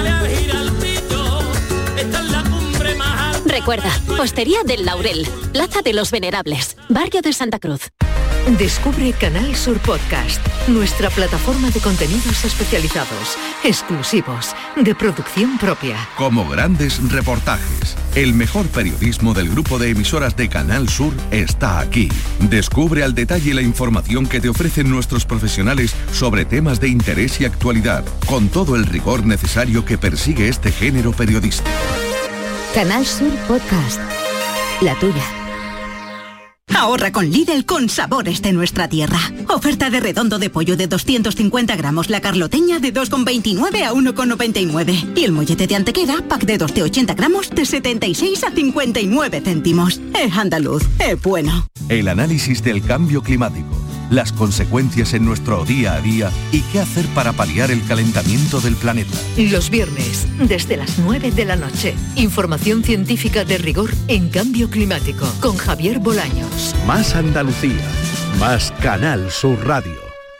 S3: Recuerda, Hostería del Laurel, Plaza de los Venerables, Barrio de Santa Cruz.
S2: Descubre Canal Sur Podcast, nuestra plataforma de contenidos especializados, exclusivos, de producción propia.
S7: Como grandes reportajes, el mejor periodismo del grupo de emisoras de Canal Sur está aquí. Descubre al detalle la información que te ofrecen nuestros profesionales sobre temas de interés y actualidad, con todo el rigor necesario que persigue este género periodístico.
S15: Canal Sur Podcast, la tuya.
S16: Ahorra con Lidl con sabores de nuestra tierra. Oferta de redondo de pollo de doscientos cincuenta gramos, la carloteña de dos con veintinueve a uno con noventa y nueve. Y el mollete de Antequera, pack de dos de ochenta gramos, de setenta y seis a cincuenta y nueve céntimos. Es andaluz, es bueno.
S7: El análisis del cambio climático, las consecuencias en nuestro día a día y qué hacer para paliar el calentamiento del planeta.
S2: Los viernes, desde las nueve de la noche, información científica de rigor en cambio climático, con Javier Bolaños.
S17: Más Andalucía, más Canal Sur Radio.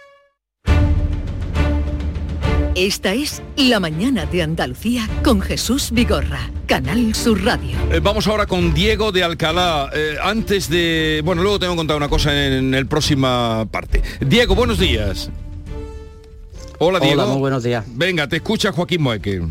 S2: Esta es La Mañana de Andalucía con Jesús Vigorra, Canal Sur Radio.
S10: Eh, vamos ahora con Diego de Alcalá. Eh, antes de... Bueno, luego tengo que contar una cosa en, en el próxima parte. Diego, buenos días. Hola, Diego.
S18: Hola, muy buenos días.
S10: Venga, te escucha Joaquín Moeque.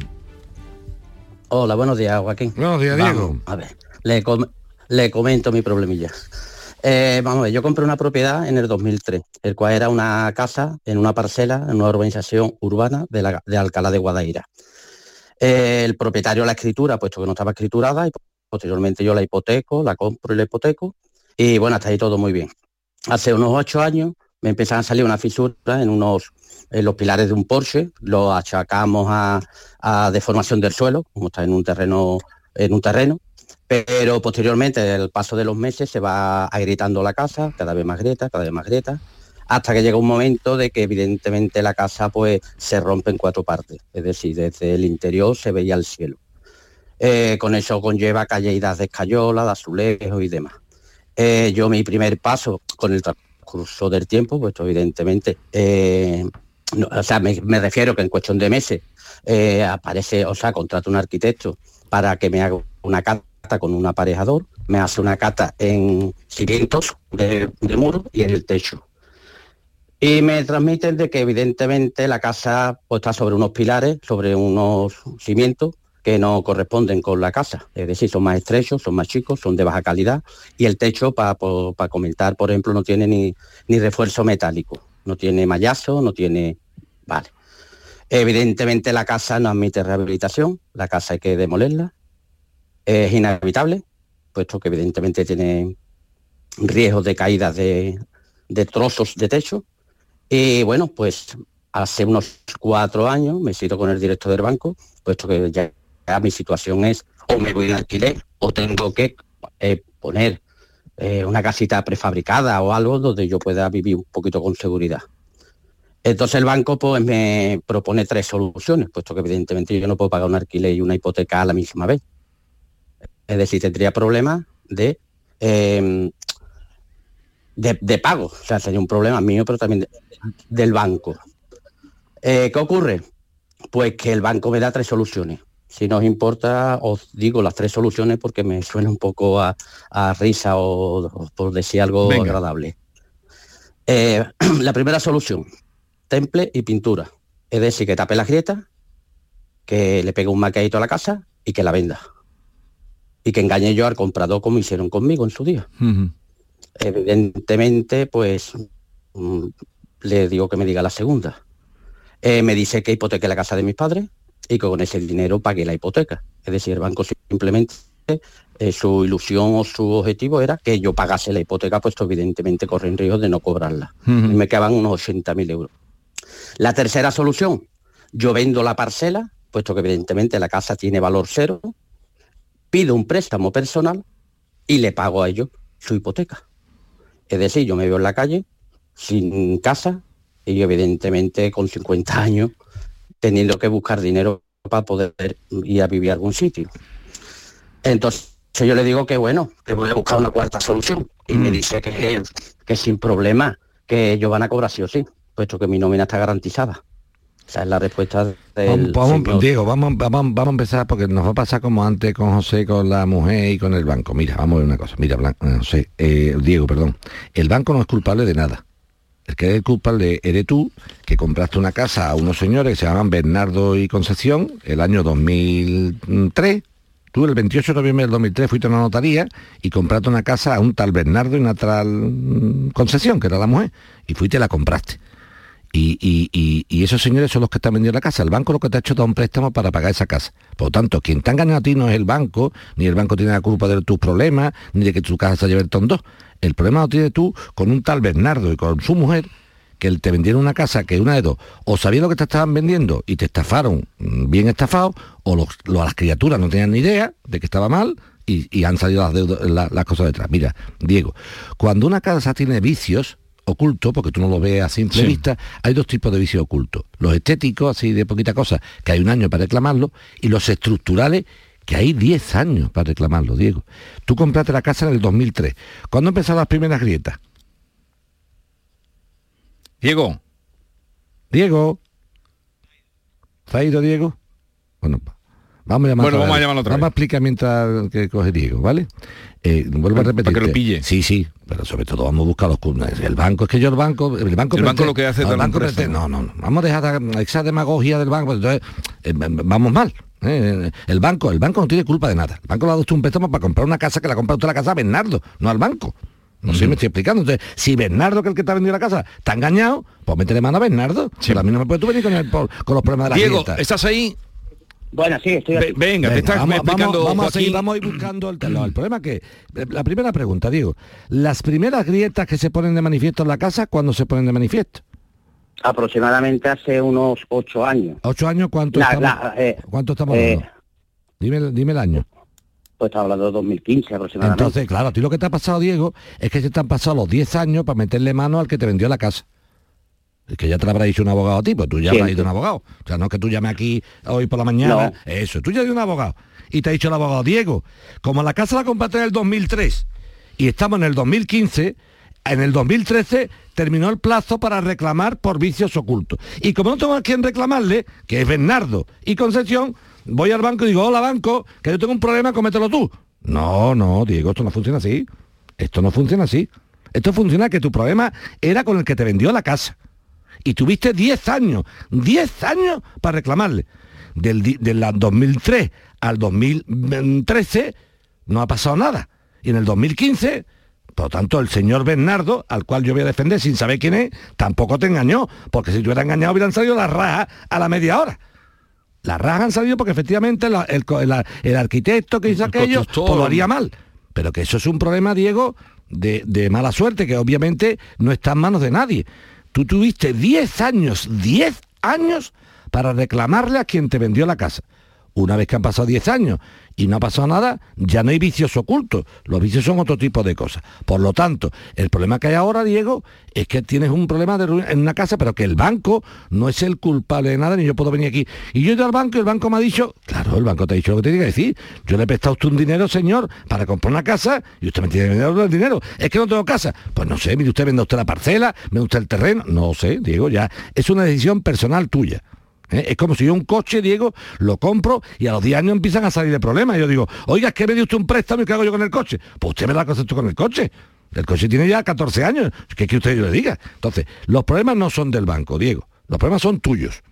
S18: Hola, buenos días, Joaquín.
S10: Buenos días, Diego.
S18: Vamos, a ver, le, com le comento mi problemilla. Eh, vamos a ver, yo compré una propiedad en el dos mil tres, el cual era una casa en una parcela, en una urbanización urbana de, la, de Alcalá de Guadaira. Eh, el propietario la escritura, puesto que no estaba escriturada, y posteriormente yo la hipoteco, la compro y la hipoteco, y bueno, hasta ahí todo muy bien. Hace unos ocho años me empezaron a salir una fisura en unos en los pilares de un Porsche, lo achacamos a, a deformación del suelo, como está en un terreno, en un terreno. Pero posteriormente, el paso de los meses, se va agrietando la casa, cada vez más grieta, cada vez más grieta, hasta que llega un momento de que evidentemente la casa pues se rompe en cuatro partes, es decir, desde el interior se veía el cielo. Eh, con eso conlleva caídas de escayola, de azulejos y demás. Eh, yo mi primer paso con el transcurso del tiempo, pues evidentemente, eh, no, o sea, me, me refiero que en cuestión de meses eh, aparece, o sea, contrato un arquitecto para que me haga una cata con un aparejador, me hace una cata en cimientos de, de muro y en el techo. Y me transmiten de que evidentemente la casa pues, está sobre unos pilares, sobre unos cimientos que no corresponden con la casa. Es decir, son más estrechos, son más chicos, son de baja calidad. Y el techo, para pa comentar, por ejemplo, no tiene ni, ni refuerzo metálico. No tiene mallazo, no tiene... Vale. Evidentemente la casa no admite rehabilitación, la casa hay que demolerla. Es inhabitable, puesto que evidentemente tiene riesgos de caídas de, de trozos de techo. Y bueno, pues hace unos cuatro años me he ido con el director del banco, puesto que ya, ya mi situación es o me voy a alquiler o tengo que eh, poner eh, una casita prefabricada o algo donde yo pueda vivir un poquito con seguridad. Entonces el banco pues me propone tres soluciones, puesto que evidentemente yo no puedo pagar un alquiler y una hipoteca a la misma vez. Es decir, tendría problemas de, eh, de, de pago, o sea, sería un problema mío, pero también de, del banco. Eh, ¿Qué ocurre? Pues que el banco me da tres soluciones. Si no os importa, os digo las tres soluciones porque me suena un poco a, a risa o, o por decir algo Venga. agradable. Eh, la primera solución, temple y pintura. Es decir, que tape las grietas, que le pegue un maqueadito a la casa y que la venda. Y que engañe yo al comprador como hicieron conmigo en su día. Uh-huh. Evidentemente, pues mm, le digo que me diga la segunda. Eh, me dice que hipoteque la casa de mis padres y que con ese dinero pague la hipoteca. Es decir, el banco simplemente, eh, su ilusión o su objetivo era que yo pagase la hipoteca, puesto evidentemente corren riesgo de no cobrarla. Uh-huh. Y me quedaban unos ochenta mil euros. La tercera solución, yo vendo la parcela, puesto que evidentemente la casa tiene valor cero, pido un préstamo personal y le pago a ellos su hipoteca. Es decir, yo me veo en la calle, sin casa, y yo evidentemente con cincuenta años, teniendo que buscar dinero para poder ir a vivir a algún sitio. Entonces yo le digo que bueno, que voy a buscar una cuarta solución. Y mm. me dice que, que sin problema, que ellos van a cobrar sí o sí, puesto que mi nómina está garantizada. Esa es la respuesta del
S11: vamos,
S18: señor.
S11: Diego, vamos, vamos, vamos a empezar porque nos va a pasar como antes con José, con la mujer y con el banco. Mira, vamos a ver una cosa. Mira, Blanco, José, eh, Diego, perdón. El banco no es culpable de nada. El que es culpable eres tú, que compraste una casa a unos señores que se llaman Bernardo y Concepción el año dos mil tres. Tú el veintiocho de noviembre del dos mil tres fuiste a una notaría y compraste una casa a un tal Bernardo y una tal Concepción, que era la mujer, y fuiste y la compraste. Y, y, y, y esos señores son los que están vendiendo la casa. El banco lo que te ha hecho es dar un préstamo para pagar esa casa. Por lo tanto, quien te ha engañado a ti no es el banco, ni el banco tiene la culpa de tus problemas, ni de que tu casa se lleve el tondo. El problema lo tienes tú con un tal Bernardo y con su mujer, que te vendieron una casa que una de dos, o sabían lo que te estaban vendiendo y te estafaron bien estafado, o los, los, las criaturas no tenían ni idea de que estaba mal y, y han salido las, deudas, la, las cosas detrás. Mira, Diego, cuando una casa tiene vicios ocultos, porque tú no lo ves a simple sí. vista, hay dos tipos de vicios ocultos. Los estéticos, así de poquita cosa, que hay un año para reclamarlo, y los estructurales, que hay diez años para reclamarlo, Diego. Tú compraste la casa en el dos mil tres. ¿Cuándo empezaron las primeras grietas?
S10: Diego.
S11: Diego. ¿Se ha ido, Diego? Bueno, vamos a llamar
S10: bueno, vamos a llamarlo otra vez.
S11: Vamos a explicar mientras que coge Diego, ¿vale? Eh, vuelvo a repetir.
S10: Para que lo pille.
S11: Sí, sí, pero sobre todo vamos a buscar los... El banco, es que yo el banco... El banco,
S10: el banco lo que hace...
S11: No, el banco prete, no, no, no, vamos a dejar esa demagogia del banco, entonces eh, vamos mal. Eh, el banco, el banco no tiene culpa de nada. El banco le ha dado usted un préstamo para comprar una casa que la ha comprado usted la casa a Bernardo, no al banco. No sé, uh-huh. me estoy explicando. Entonces, si Bernardo, que es el que te ha vendido la casa, está engañado, pues métele mano a Bernardo. Sí. Pero a mí no me puedes tú venir con, el, con los problemas de la
S10: Diego,
S11: grieta.
S10: ¿estás ahí?
S18: Bueno, sí, estoy aquí.
S10: Venga, Venga, te estás
S11: vamos,
S10: explicando,
S11: vamos, vamos a, seguir,
S10: Joaquín.
S11: vamos a ir buscando el, no, el problema que... La primera pregunta, Diego. Las primeras grietas que se ponen de manifiesto en la casa, ¿cuándo se ponen de manifiesto?
S18: Aproximadamente hace unos ocho años.
S11: ¿Ocho años? ¿Cuánto
S18: la,
S11: estamos,
S18: la, eh,
S11: ¿cuánto estamos
S18: eh,
S11: hablando? Dime, dime el año.
S18: Pues estaba hablando de dos mil quince aproximadamente.
S11: Entonces, claro, a ti lo que te ha pasado, Diego, es que se te han pasado los diez años para meterle mano al que te vendió la casa. Es que ya te lo habrá dicho un abogado a ti, pues tú ya habrás ido a un abogado. O sea, no es que tú llames aquí hoy por la mañana. No. Eso, tú ya has ido a un abogado. Y te ha dicho el abogado, Diego, como la casa la compraste en el dos mil tres y estamos en el dos mil quince, en el dos mil trece terminó el plazo para reclamar por vicios ocultos. Y como no tengo a quien reclamarle, que es Bernardo y Concepción, voy al banco y digo, hola banco, que yo tengo un problema, cómetelo tú. No, no, Diego, esto no funciona así. Esto no funciona así. Esto funciona que tu problema era con el que te vendió la casa. Y tuviste diez años, diez años para reclamarle. Del, del dos mil tres al dos mil trece no ha pasado nada. Y en el dos mil quince, por lo tanto, el señor Bernardo, al cual yo voy a defender sin saber quién es, tampoco te engañó. Porque si te hubiera engañado hubieran salido las rajas a la media hora. Las rajas han salido porque efectivamente la, el, el, el arquitecto que hizo aquello pues lo haría mal. Pero que eso es un problema, Diego, de, de mala suerte, que obviamente no está en manos de nadie. Tú tuviste diez años, diez años para reclamarle a quien te vendió la casa. Una vez que han pasado diez años y no ha pasado nada, ya no hay vicios ocultos. Los vicios son otro tipo de cosas. Por lo tanto, el problema que hay ahora, Diego, es que tienes un problema de ruina en una casa, pero que el banco no es el culpable de nada, ni yo puedo venir aquí. Y yo he ido al banco y el banco me ha dicho, claro, el banco te ha dicho lo que te tiene que decir. Yo le he prestado a usted un dinero, señor, para comprar una casa y usted me tiene que vender el dinero. Es que no tengo casa. Pues no sé, mire usted, vende usted la parcela, vende usted el terreno. No sé, Diego, ya es una decisión personal tuya. ¿Eh? Es como si yo un coche, Diego, lo compro y a los diez años empiezan a salir de problemas. Yo digo, oiga, es que me dio usted un préstamo y ¿qué hago yo con el coche? Pues usted me da cosa con el coche. El coche tiene ya catorce años. ¿Qué quiere usted que yo le diga? Entonces, los problemas no son del banco, Diego. Los problemas son tuyos.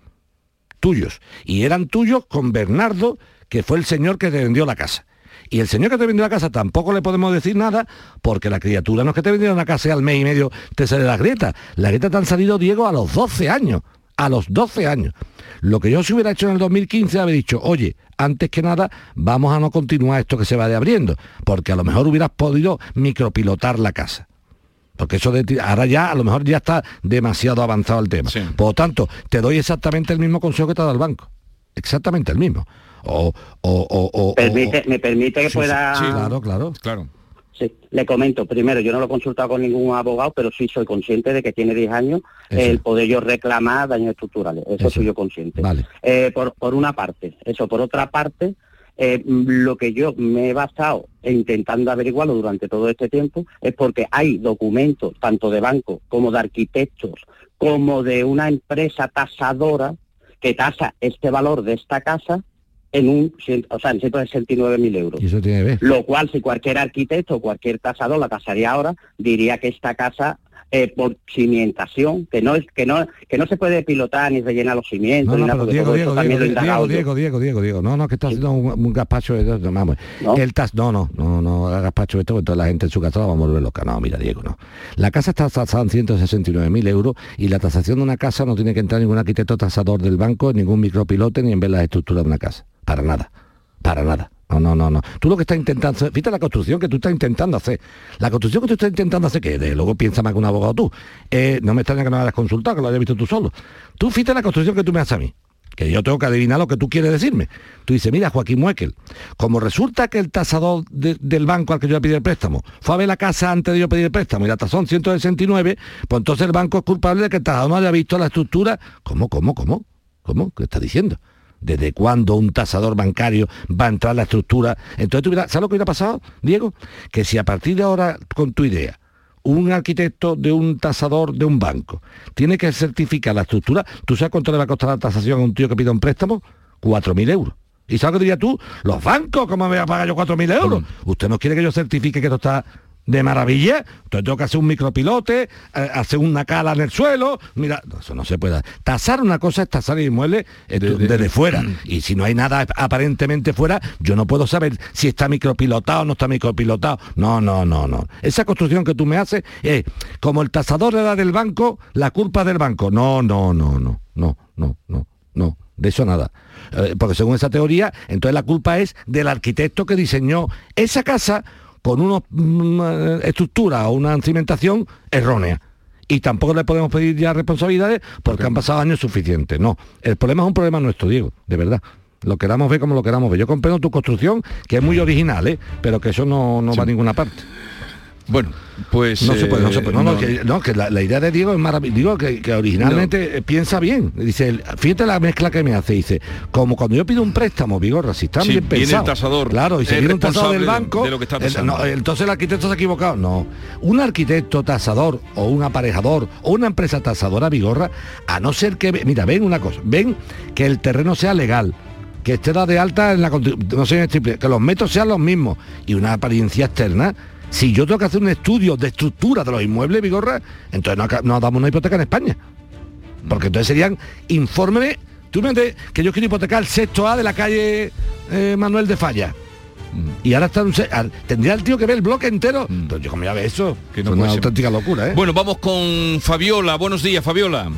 S11: Tuyos. Y eran tuyos con Bernardo, que fue el señor que te vendió la casa. Y el señor que te vendió la casa tampoco le podemos decir nada, porque la criatura no es que te vendiera una casa y al mes y medio te sale la grieta. La grieta te han salido, Diego, a los doce años. A los doce años. Lo que yo se hubiera hecho en el dos mil quince, haber dicho, oye, antes que nada, vamos a no continuar esto que se va de abriendo, porque a lo mejor hubieras podido micropilotar la casa. Porque eso de ahora ya, a lo mejor ya está demasiado avanzado el tema. Sí. Por lo tanto, te doy exactamente el mismo consejo que te ha dado el banco. Exactamente el mismo. O, o, o, o,
S18: permite,
S11: o,
S18: ¿Me permite que
S11: sí,
S18: pueda...?
S11: Sí, claro, claro, claro.
S18: Sí, le comento, primero, yo no lo he consultado con ningún abogado, pero sí soy consciente de que tiene diez años eso. El poder yo reclamar daños estructurales, eso, eso. soy yo consciente.
S11: Vale.
S18: Eh, por, por una parte, eso, por otra parte, eh, lo que yo me he basado intentando averiguarlo durante todo este tiempo es porque hay documentos, tanto de bancos como de arquitectos, como de una empresa tasadora que tasa este valor de esta casa en un, o sea, en ciento sesenta y nueve mil euros.
S11: ¿Y eso tiene que ver?
S18: Lo cual, si cualquier arquitecto o cualquier tasador la tasaría ahora, diría que esta casa, eh, por cimientación, que no es que no que no se puede pilotar ni rellenar los cimientos,
S11: no, no,
S18: ni nada,
S11: pero Diego, Diego,
S18: Diego,
S11: Diego, Diego, Diego, Diego, Diego, Diego, no, no, que está haciendo un, un gazpacho de no, vamos. ¿No? El tas, no, no, no, no, haga gazpacho de esto, porque toda la gente en su casa la va a volver loca. No, mira, Diego, no. La casa está tasada en ciento sesenta y nueve mil euros y la tasación de una casa no tiene que entrar ningún arquitecto tasador del banco, ningún micropilote, ni en ver las estructuras de una casa. Para nada. Para nada. No, no, no, no. Tú lo que estás intentando hacer, fíjate la construcción que tú estás intentando hacer. La construcción que tú estás intentando hacer, que de luego piensa más que un abogado tú. Eh, no me extraña que no hayas consultado, que lo hayas visto tú solo. Tú fíjate la construcción que tú me haces a mí, que yo tengo que adivinar lo que tú quieres decirme. Tú dices, mira, Joaquín Muekel, como resulta que el tasador de, del banco al que yo le pedí el préstamo fue a ver la casa antes de yo pedir el préstamo y la tasó en ciento sesenta y nueve, pues entonces el banco es culpable de que el tasador no haya visto la estructura. ¿Cómo, cómo, cómo? ¿Cómo? ¿Qué estás diciendo? ¿Desde cuándo un tasador bancario va a entrar en la estructura? Entonces, ¿tú hubieras, ¿sabes lo que hubiera pasado, Diego? Que si a partir de ahora, con tu idea, un arquitecto de un tasador de un banco tiene que certificar la estructura, ¿tú sabes cuánto le va a costar la tasación a un tío que pida un préstamo? cuatro mil euros. ¿Y sabes lo que dirías tú? Los bancos, ¿cómo me voy a pagar yo cuatro mil euros? Mm. Usted no quiere que yo certifique que esto está de maravilla, entonces tengo que hacer un micropilote, eh, hacer una cala en el suelo, mira, eso no se puede. Tasar una cosa es tasar el inmueble eh, de, de, desde de, fuera, y si no hay nada aparentemente fuera, yo no puedo saber si está micropilotado o no está micropilotado. No, no, no, no. Esa construcción que tú me haces es, como el tasador le da del banco, la culpa del banco. No, no, no, no, no, no, no, no, de eso nada. Eh, porque según esa teoría, entonces la culpa es del arquitecto que diseñó esa casa con una mm, estructura o una cimentación errónea. Y tampoco le podemos pedir ya responsabilidades porque han pasado años suficientes. No, el problema es un problema nuestro, Diego, de verdad. Lo queramos ver como lo queramos ver. Yo comprendo tu construcción, que es muy original, ¿eh? Pero que eso no, no sí. va a ninguna parte.
S10: Bueno, pues...
S11: No eh, se puede, no se puede. No, no, no. Que, no, que la, la idea de Diego es maravillosa. Digo que, que originalmente no. piensa bien. Dice, fíjate la mezcla que me hace. Dice, como cuando yo pido un préstamo, Vigorra, si está sí, bien pensado.
S10: El tasador.
S11: Claro, y si viene un tasador del banco,
S10: de lo que está
S11: el, no, entonces el arquitecto se ha equivocado. No. Un arquitecto tasador o un aparejador o una empresa tasadora, Vigorra, a no ser que... Mira, ven una cosa. Ven que el terreno sea legal, que esté dado de alta en la... No sé, que los metros sean los mismos y una apariencia externa. Si yo tengo que hacer un estudio de estructura de los inmuebles, Vigorra, entonces no, no damos una hipoteca en España. Porque entonces serían informes... Tú me entiendes que yo quiero hipotecar el sexto A de la calle eh, Manuel de Falla. Mm. Y ahora está un, tendría el tío que ver el bloque entero. Mm. Entonces yo como ya ve eso, que no es una auténtica locura, ¿eh?
S10: Bueno, vamos con Fabiola. Buenos días, Fabiola.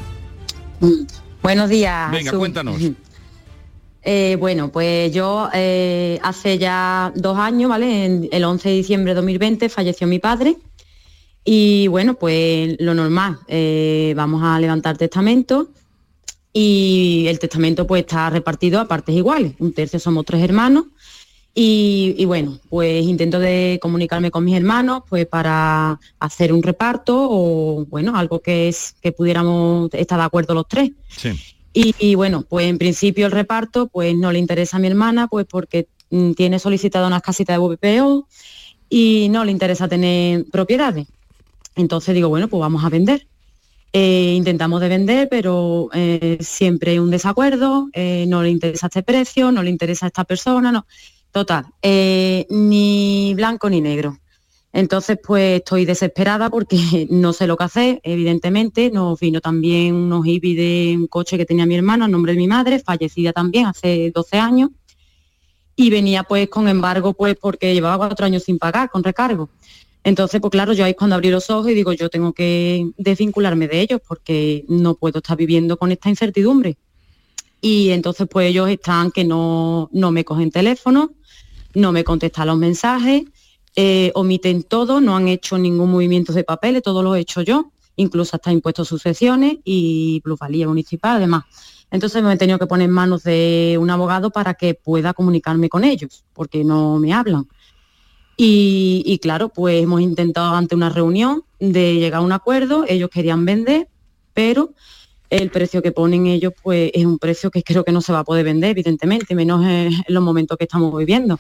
S19: Buenos días.
S10: Venga, Jesús. Cuéntanos.
S19: Eh, bueno, pues yo eh, hace ya dos años, ¿vale? En el once de diciembre de dos mil veinte falleció mi padre y bueno, pues lo normal, eh, vamos a levantar testamento y el testamento pues está repartido a partes iguales, un tercio somos tres hermanos y, y bueno, pues intento de comunicarme con mis hermanos pues para hacer un reparto o bueno, algo que es que pudiéramos estar de acuerdo los tres.
S10: Sí.
S19: Y, y bueno, pues en principio el reparto pues no le interesa a mi hermana pues porque mm, tiene solicitada unas casitas de V P O y no le interesa tener propiedades. Entonces digo, bueno, pues vamos a vender. Eh, intentamos de vender, pero eh, siempre hay un desacuerdo, eh, no le interesa este precio, no le interesa esta persona, no. Total, eh, ni blanco ni negro. Entonces, pues estoy desesperada porque no sé lo que hacer, evidentemente. Nos vino también unos I B I de un coche que tenía mi hermano a nombre de mi madre, fallecida también hace doce años. Y venía pues con embargo, pues porque llevaba cuatro años sin pagar, con recargo. Entonces, pues claro, yo ahí es cuando abrí los ojos y digo, yo tengo que desvincularme de ellos porque no puedo estar viviendo con esta incertidumbre. Y entonces, pues ellos están que no, no me cogen teléfono, no me contestan los mensajes, eh, omiten todo, no han hecho ningún movimiento de papeles, todo lo he hecho yo, incluso hasta impuestos sucesiones y plusvalía municipal, además. Entonces me he tenido que poner en manos de un abogado para que pueda comunicarme con ellos, porque no me hablan. Y, y claro, pues hemos intentado ante una reunión de llegar a un acuerdo, ellos querían vender, pero el precio que ponen ellos pues es un precio que creo que no se va a poder vender, evidentemente, menos en, en los momentos que estamos viviendo.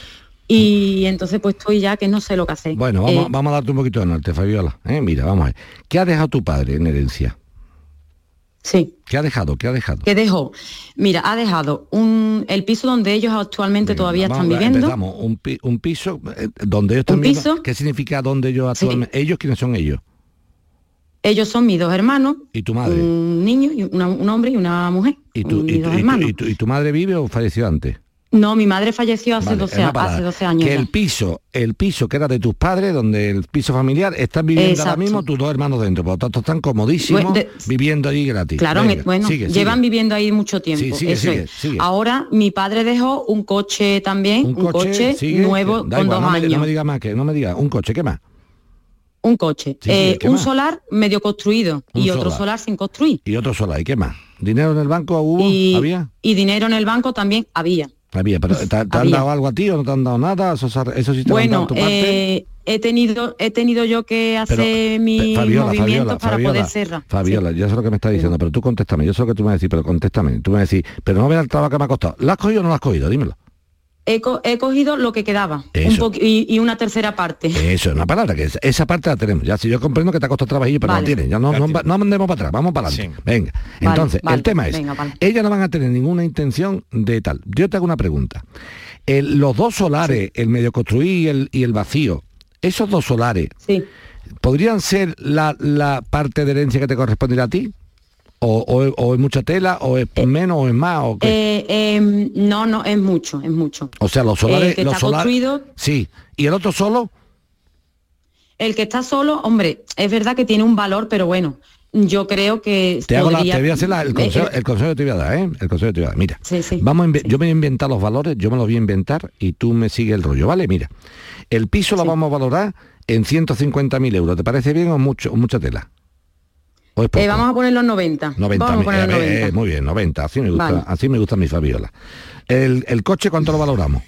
S19: Y entonces pues estoy ya que no sé lo que hacer.
S11: Bueno, vamos,
S19: eh,
S11: vamos a darte un poquito de norte, Fabiola. ¿eh? Mira, vamos a ver. ¿Qué ha dejado tu padre en herencia?
S19: Sí.
S11: ¿Qué ha dejado? ¿Qué ha dejado?
S19: ¿Qué dejó? Mira, ha dejado un, el piso donde ellos actualmente
S11: Venga,
S19: todavía
S11: vamos,
S19: están viviendo.
S11: Empezamos, un, pi, un piso eh, donde ellos están
S19: ¿Un
S11: viviendo.
S19: piso?
S11: ¿Qué significa donde ellos actualmente? Sí. ¿Ellos quiénes son ellos?
S19: Ellos son mis dos hermanos.
S11: ¿Y tu madre?
S19: Un niño, y una, un hombre y una mujer.
S11: ¿Y tu,
S19: mis
S11: y,
S19: dos
S11: y,
S19: hermanos.
S11: y, tu, ¿Y tu madre vive o falleció antes?
S19: No, mi madre falleció hace,
S11: Vale,
S19: doce, hace doce años.
S11: Que
S19: ya.
S11: el piso, el piso que era de tus padres, donde el piso familiar, están viviendo
S19: Exacto.
S11: ahora mismo tus dos hermanos dentro, por lo tanto están comodísimos,
S19: Bueno, de,
S11: viviendo allí gratis.
S19: Claro,
S11: Venga,
S19: bueno,
S11: sigue,
S19: llevan
S11: sigue.
S19: viviendo ahí mucho tiempo.
S11: Sí, sigue,
S19: eso
S11: sigue,
S19: es.
S11: sigue.
S19: Ahora mi padre dejó un coche también, un, un coche, coche
S11: sigue,
S19: nuevo
S11: da
S19: con
S11: igual,
S19: dos
S11: no me,
S19: años.
S11: no me diga más, que no me diga, un coche, ¿qué más?
S19: Un coche,
S11: Sí,
S19: eh,
S11: ¿qué
S19: un
S11: más?
S19: solar medio construido
S11: Un
S19: y otro
S11: solar.
S19: solar sin construir.
S11: Y otro solar, ¿y qué más? ¿Dinero en el banco hubo?
S19: Y,
S11: ¿Había?
S19: y dinero en el banco también había.
S11: Había, pero ¿te, te han
S19: Había.
S11: dado algo a ti o no te han dado nada? ¿Eso, eso sí te lo han dado
S19: Bueno,
S11: tu parte?
S19: eh, he tenido he tenido yo que hacer
S11: Pero,
S19: mis
S11: Fabiola,
S19: movimientos
S11: Fabiola,
S19: para
S11: Fabiola,
S19: poder cerrar.
S11: Fabiola,
S19: Sí.
S11: yo sé lo que me estás diciendo, pero tú contéstame, yo sé lo que tú me vas a decir, pero contéstame. Tú me vas a decir, pero no veas el trabajo que me ha costado. ¿La has cogido o no la has cogido? Dímelo.
S19: He, co he cogido lo que quedaba
S11: Eso.
S19: un y, y una tercera parte.
S11: Eso es una palabra, que esa, esa parte la tenemos. Ya si yo comprendo que te ha costado trabajillo, pero
S19: Vale.
S11: no tienes. Ya no, no, no andemos para atrás, vamos para adelante.
S10: Sí.
S11: Venga.
S19: Vale,
S11: Entonces,
S19: vale,
S11: el tema es,
S19: venga, vale.
S11: ellas no van a tener ninguna intención de tal. Yo te hago una pregunta. El- los dos solares, el medio construir y el, y el vacío, esos dos solares,
S19: Sí.
S11: ¿podrían ser la, la parte de herencia que te corresponderá a ti? ¿O, o, o es mucha tela, o es menos, o es más, o qué?
S19: Eh, eh, no, no, es mucho, es mucho.
S11: O sea, los solares...
S19: el que
S11: los
S19: está
S11: solares
S19: construido-
S11: sí. ¿Y el otro solo?
S19: El que está solo, hombre, es verdad que tiene un valor, pero bueno, yo creo que
S11: Te, hago la-
S19: podría-
S11: te voy a hacer la- el, consejo,
S19: Eh,
S11: el consejo que te voy a dar, ¿eh? El consejo que te voy a dar. Mira,
S19: Sí, sí.
S11: vamos a inve- yo me voy a inventar los valores, yo me los voy a inventar y tú me sigues el rollo, ¿vale? Mira, el piso lo vamos a valorar en ciento cincuenta mil euros. ¿Te parece bien o mucho o mucha tela? ¿O es poco?
S19: eh, vamos a poner los noventa.
S11: noventa
S19: Vamos a
S11: mil.
S19: poner los
S11: Eh, eh,
S19: noventa.
S11: muy bien, noventa. Así me gusta,
S19: Vale.
S11: así me gusta mi Fabiola. El, el coche, ¿cuánto lo valoramos?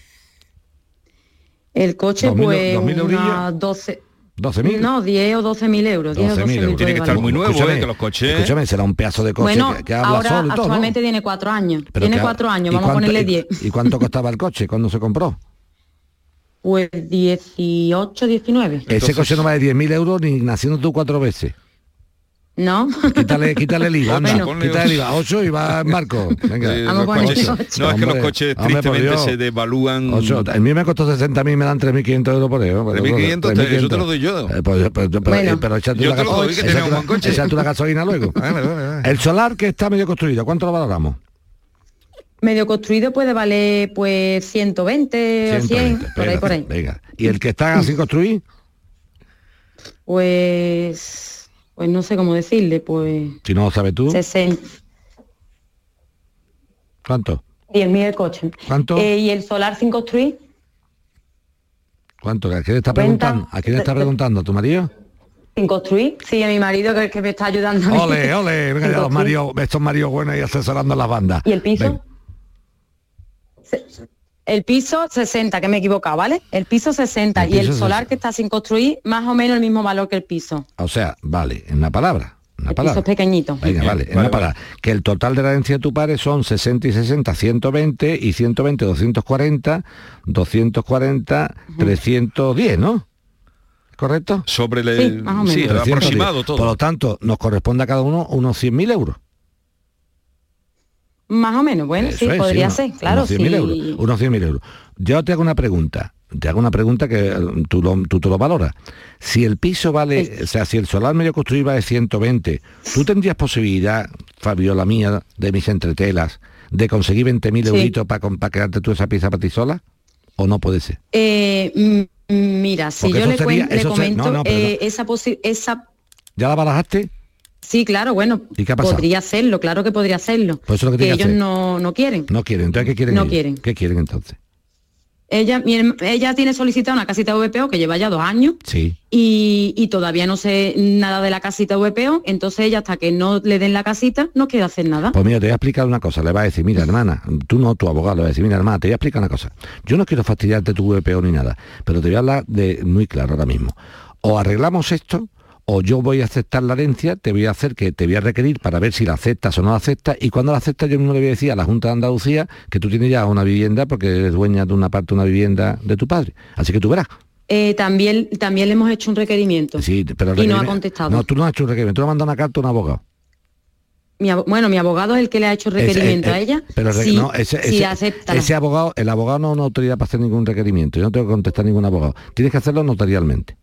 S19: El coche,
S11: Dos mil-
S19: pues,
S11: dos mil eurillos.
S19: unas doce...
S11: ¿doce mil?
S19: No, diez o doce mil euros. diez o
S11: doce
S19: doce
S11: mil
S19: mil
S11: euros.
S10: Tiene que estar muy nuevo,
S11: Escúchame,
S10: ¿eh? Que los coches...
S11: Escúchame, será un pedazo de coche
S19: Bueno,
S11: que, que habla
S19: ahora
S11: solo y todo, ¿no?
S19: actualmente tiene cuatro años.
S11: Pero
S19: Tiene
S11: que-
S19: cuatro años,
S11: ¿y
S19: vamos a
S11: cuánto-
S19: ponerle
S11: y-
S19: diez.
S11: ¿Y cuánto costaba el coche cuando se compró?
S19: Pues dieciocho, diecinueve.
S11: Ese coche no vale diez mil euros ni naciendo tú cuatro veces.
S19: ¿No?
S11: Quítale, quítale el IVA, anda,
S19: Bueno.
S11: quítale el IVA, ocho y va en marco. Venga.
S10: Eh,
S19: Vamos
S10: los
S19: con
S10: coches-
S19: el coche.
S10: No, es que los
S11: Hombre,
S10: coches
S11: hombre, por
S10: tristemente
S11: Dios.
S10: se devalúan...
S11: Ocho, el mío me costó sesenta mil, me dan tres mil quinientos euros por ello.
S10: tres mil quinientos, eso te lo doy yo.
S11: Eh, pues, pero, pero,
S19: Bueno.
S11: pero échate
S10: Yo
S11: la
S10: te lo
S11: gaso-
S10: doy, que
S11: échate
S10: tenemos
S11: la-
S10: un buen coche.
S11: échate la gasolina luego.
S10: Vale, vale, vale.
S11: El solar que está medio construido, ¿cuánto lo valoramos?
S19: Medio construido puede valer pues ciento veinte o cien,
S11: ciento veinte,
S19: por ahí, por ahí.
S11: espérate, Venga. ¿Y el que está sin construir?
S19: Pues pues no sé cómo decirle, pues
S11: Si no lo sabes tú,
S19: sesenta,
S11: ¿cuánto?
S19: diez mil el coche.
S11: ¿Cuánto?
S19: Eh, y el solar sin construir,
S11: ¿Cuánto? ¿A quién le está
S19: noventa.
S11: preguntando? ¿A quién le está preguntando? ¿Tu marido?
S19: sin construir, sí, a mi marido que es el que me está ayudando. a mí.
S11: Ole, ole, venga,
S19: Sin
S11: ya los
S19: sí.
S11: maridos, estos maridos buenos y asesorando a las bandas.
S19: ¿Y el piso?
S11: Ven.
S19: Se- El piso sesenta, que me he equivocado, ¿vale? El piso sesenta
S11: El
S19: y el
S11: piso
S19: solar
S11: sesenta.
S19: que está sin construir, más o menos el mismo valor que el piso.
S11: O sea, vale, en una palabra. Una
S19: El
S11: palabra.
S19: piso es pequeñito.
S11: Venga, vale, en
S10: Vale,
S11: una palabra. Que el total de la herencia de tu padre son sesenta y sesenta, ciento veinte y ciento veinte, doscientos cuarenta, doscientos cuarenta, trescientos diez, ¿no? ¿Correcto?
S10: Sobre el,
S19: Sí, más o menos.
S10: sí, el
S11: trescientos diez.
S10: aproximado todo.
S11: Por lo tanto, nos corresponde a cada uno unos cien mil euros.
S19: Más o menos, bueno,
S11: Eso
S19: sí,
S11: es,
S19: podría
S11: unos-
S19: ser, claro,
S11: unos cien mil
S19: sí.
S11: euros, unos cien mil euros. Yo te hago una pregunta, te hago una pregunta que eh, tú, lo, tú te lo valoras. Si el piso vale, o sea, si el solar medio construido vale ciento veinte, ¿tú tendrías posibilidad, Fabiola mía, de mis entretelas, de conseguir veinte mil
S19: Sí.
S11: euritos para pa quedarte tú esa pieza para ti sola? ¿O no puede ser?
S19: Eh, mm, mira, si
S11: Porque
S19: yo
S11: eso
S19: le,
S11: sería-
S19: cuen- le
S11: eso se-
S19: comento
S11: no, no, pero
S19: eh,
S11: no.
S19: esa posi- esa
S11: ¿Ya la barajaste?
S19: sí, claro, bueno,
S11: ¿Y qué ha pasado?
S19: podría hacerlo, claro que podría hacerlo.
S11: Pues eso es lo que
S19: que
S11: tiene que
S19: ellos
S11: hacer.
S19: no, no quieren.
S11: No quieren. Entonces, ¿qué quieren
S19: No
S11: ellos?
S19: quieren.
S11: ¿Qué quieren entonces?
S19: Ella, mi herma- ella tiene solicitada una casita V P O que lleva ya dos años
S11: Sí.
S19: y, y todavía no sé nada de la casita V P O, entonces ella hasta que no le den la casita no quiere hacer nada.
S11: Pues mira, te voy a explicar una cosa. Le va a decir, mira, hermana, tú no, tu abogado, le va a decir, mira, hermana, te voy a explicar una cosa. Yo no quiero fastidiarte tu V P O ni nada, pero te voy a hablar de muy claro ahora mismo. O arreglamos esto, o yo voy a aceptar la herencia, te voy a hacer que te voy a requerir para ver si la aceptas o no la aceptas, y cuando la aceptas yo mismo le voy a decir a la Junta de Andalucía que tú tienes ya una vivienda porque eres dueña de una parte de una vivienda de tu padre. Así que tú verás.
S19: Eh, también, también le hemos hecho un requerimiento
S11: Sí, pero el
S19: y no ha
S11: requerimiento-
S19: contestado.
S11: No, tú no has hecho un requerimiento, tú le has mandado una carta a un abogado.
S19: Mi abo- bueno, mi abogado es el que le ha hecho el
S11: Ese-
S19: requerimiento
S11: eh,
S19: a ella.
S11: Pero re-
S19: si,
S11: no, ese,
S19: si
S11: ese-
S19: acepta.
S11: ese abogado, el abogado no es una autoridad para hacer ningún requerimiento. Yo no tengo que contestar a ningún abogado. Tienes que hacerlo notarialmente.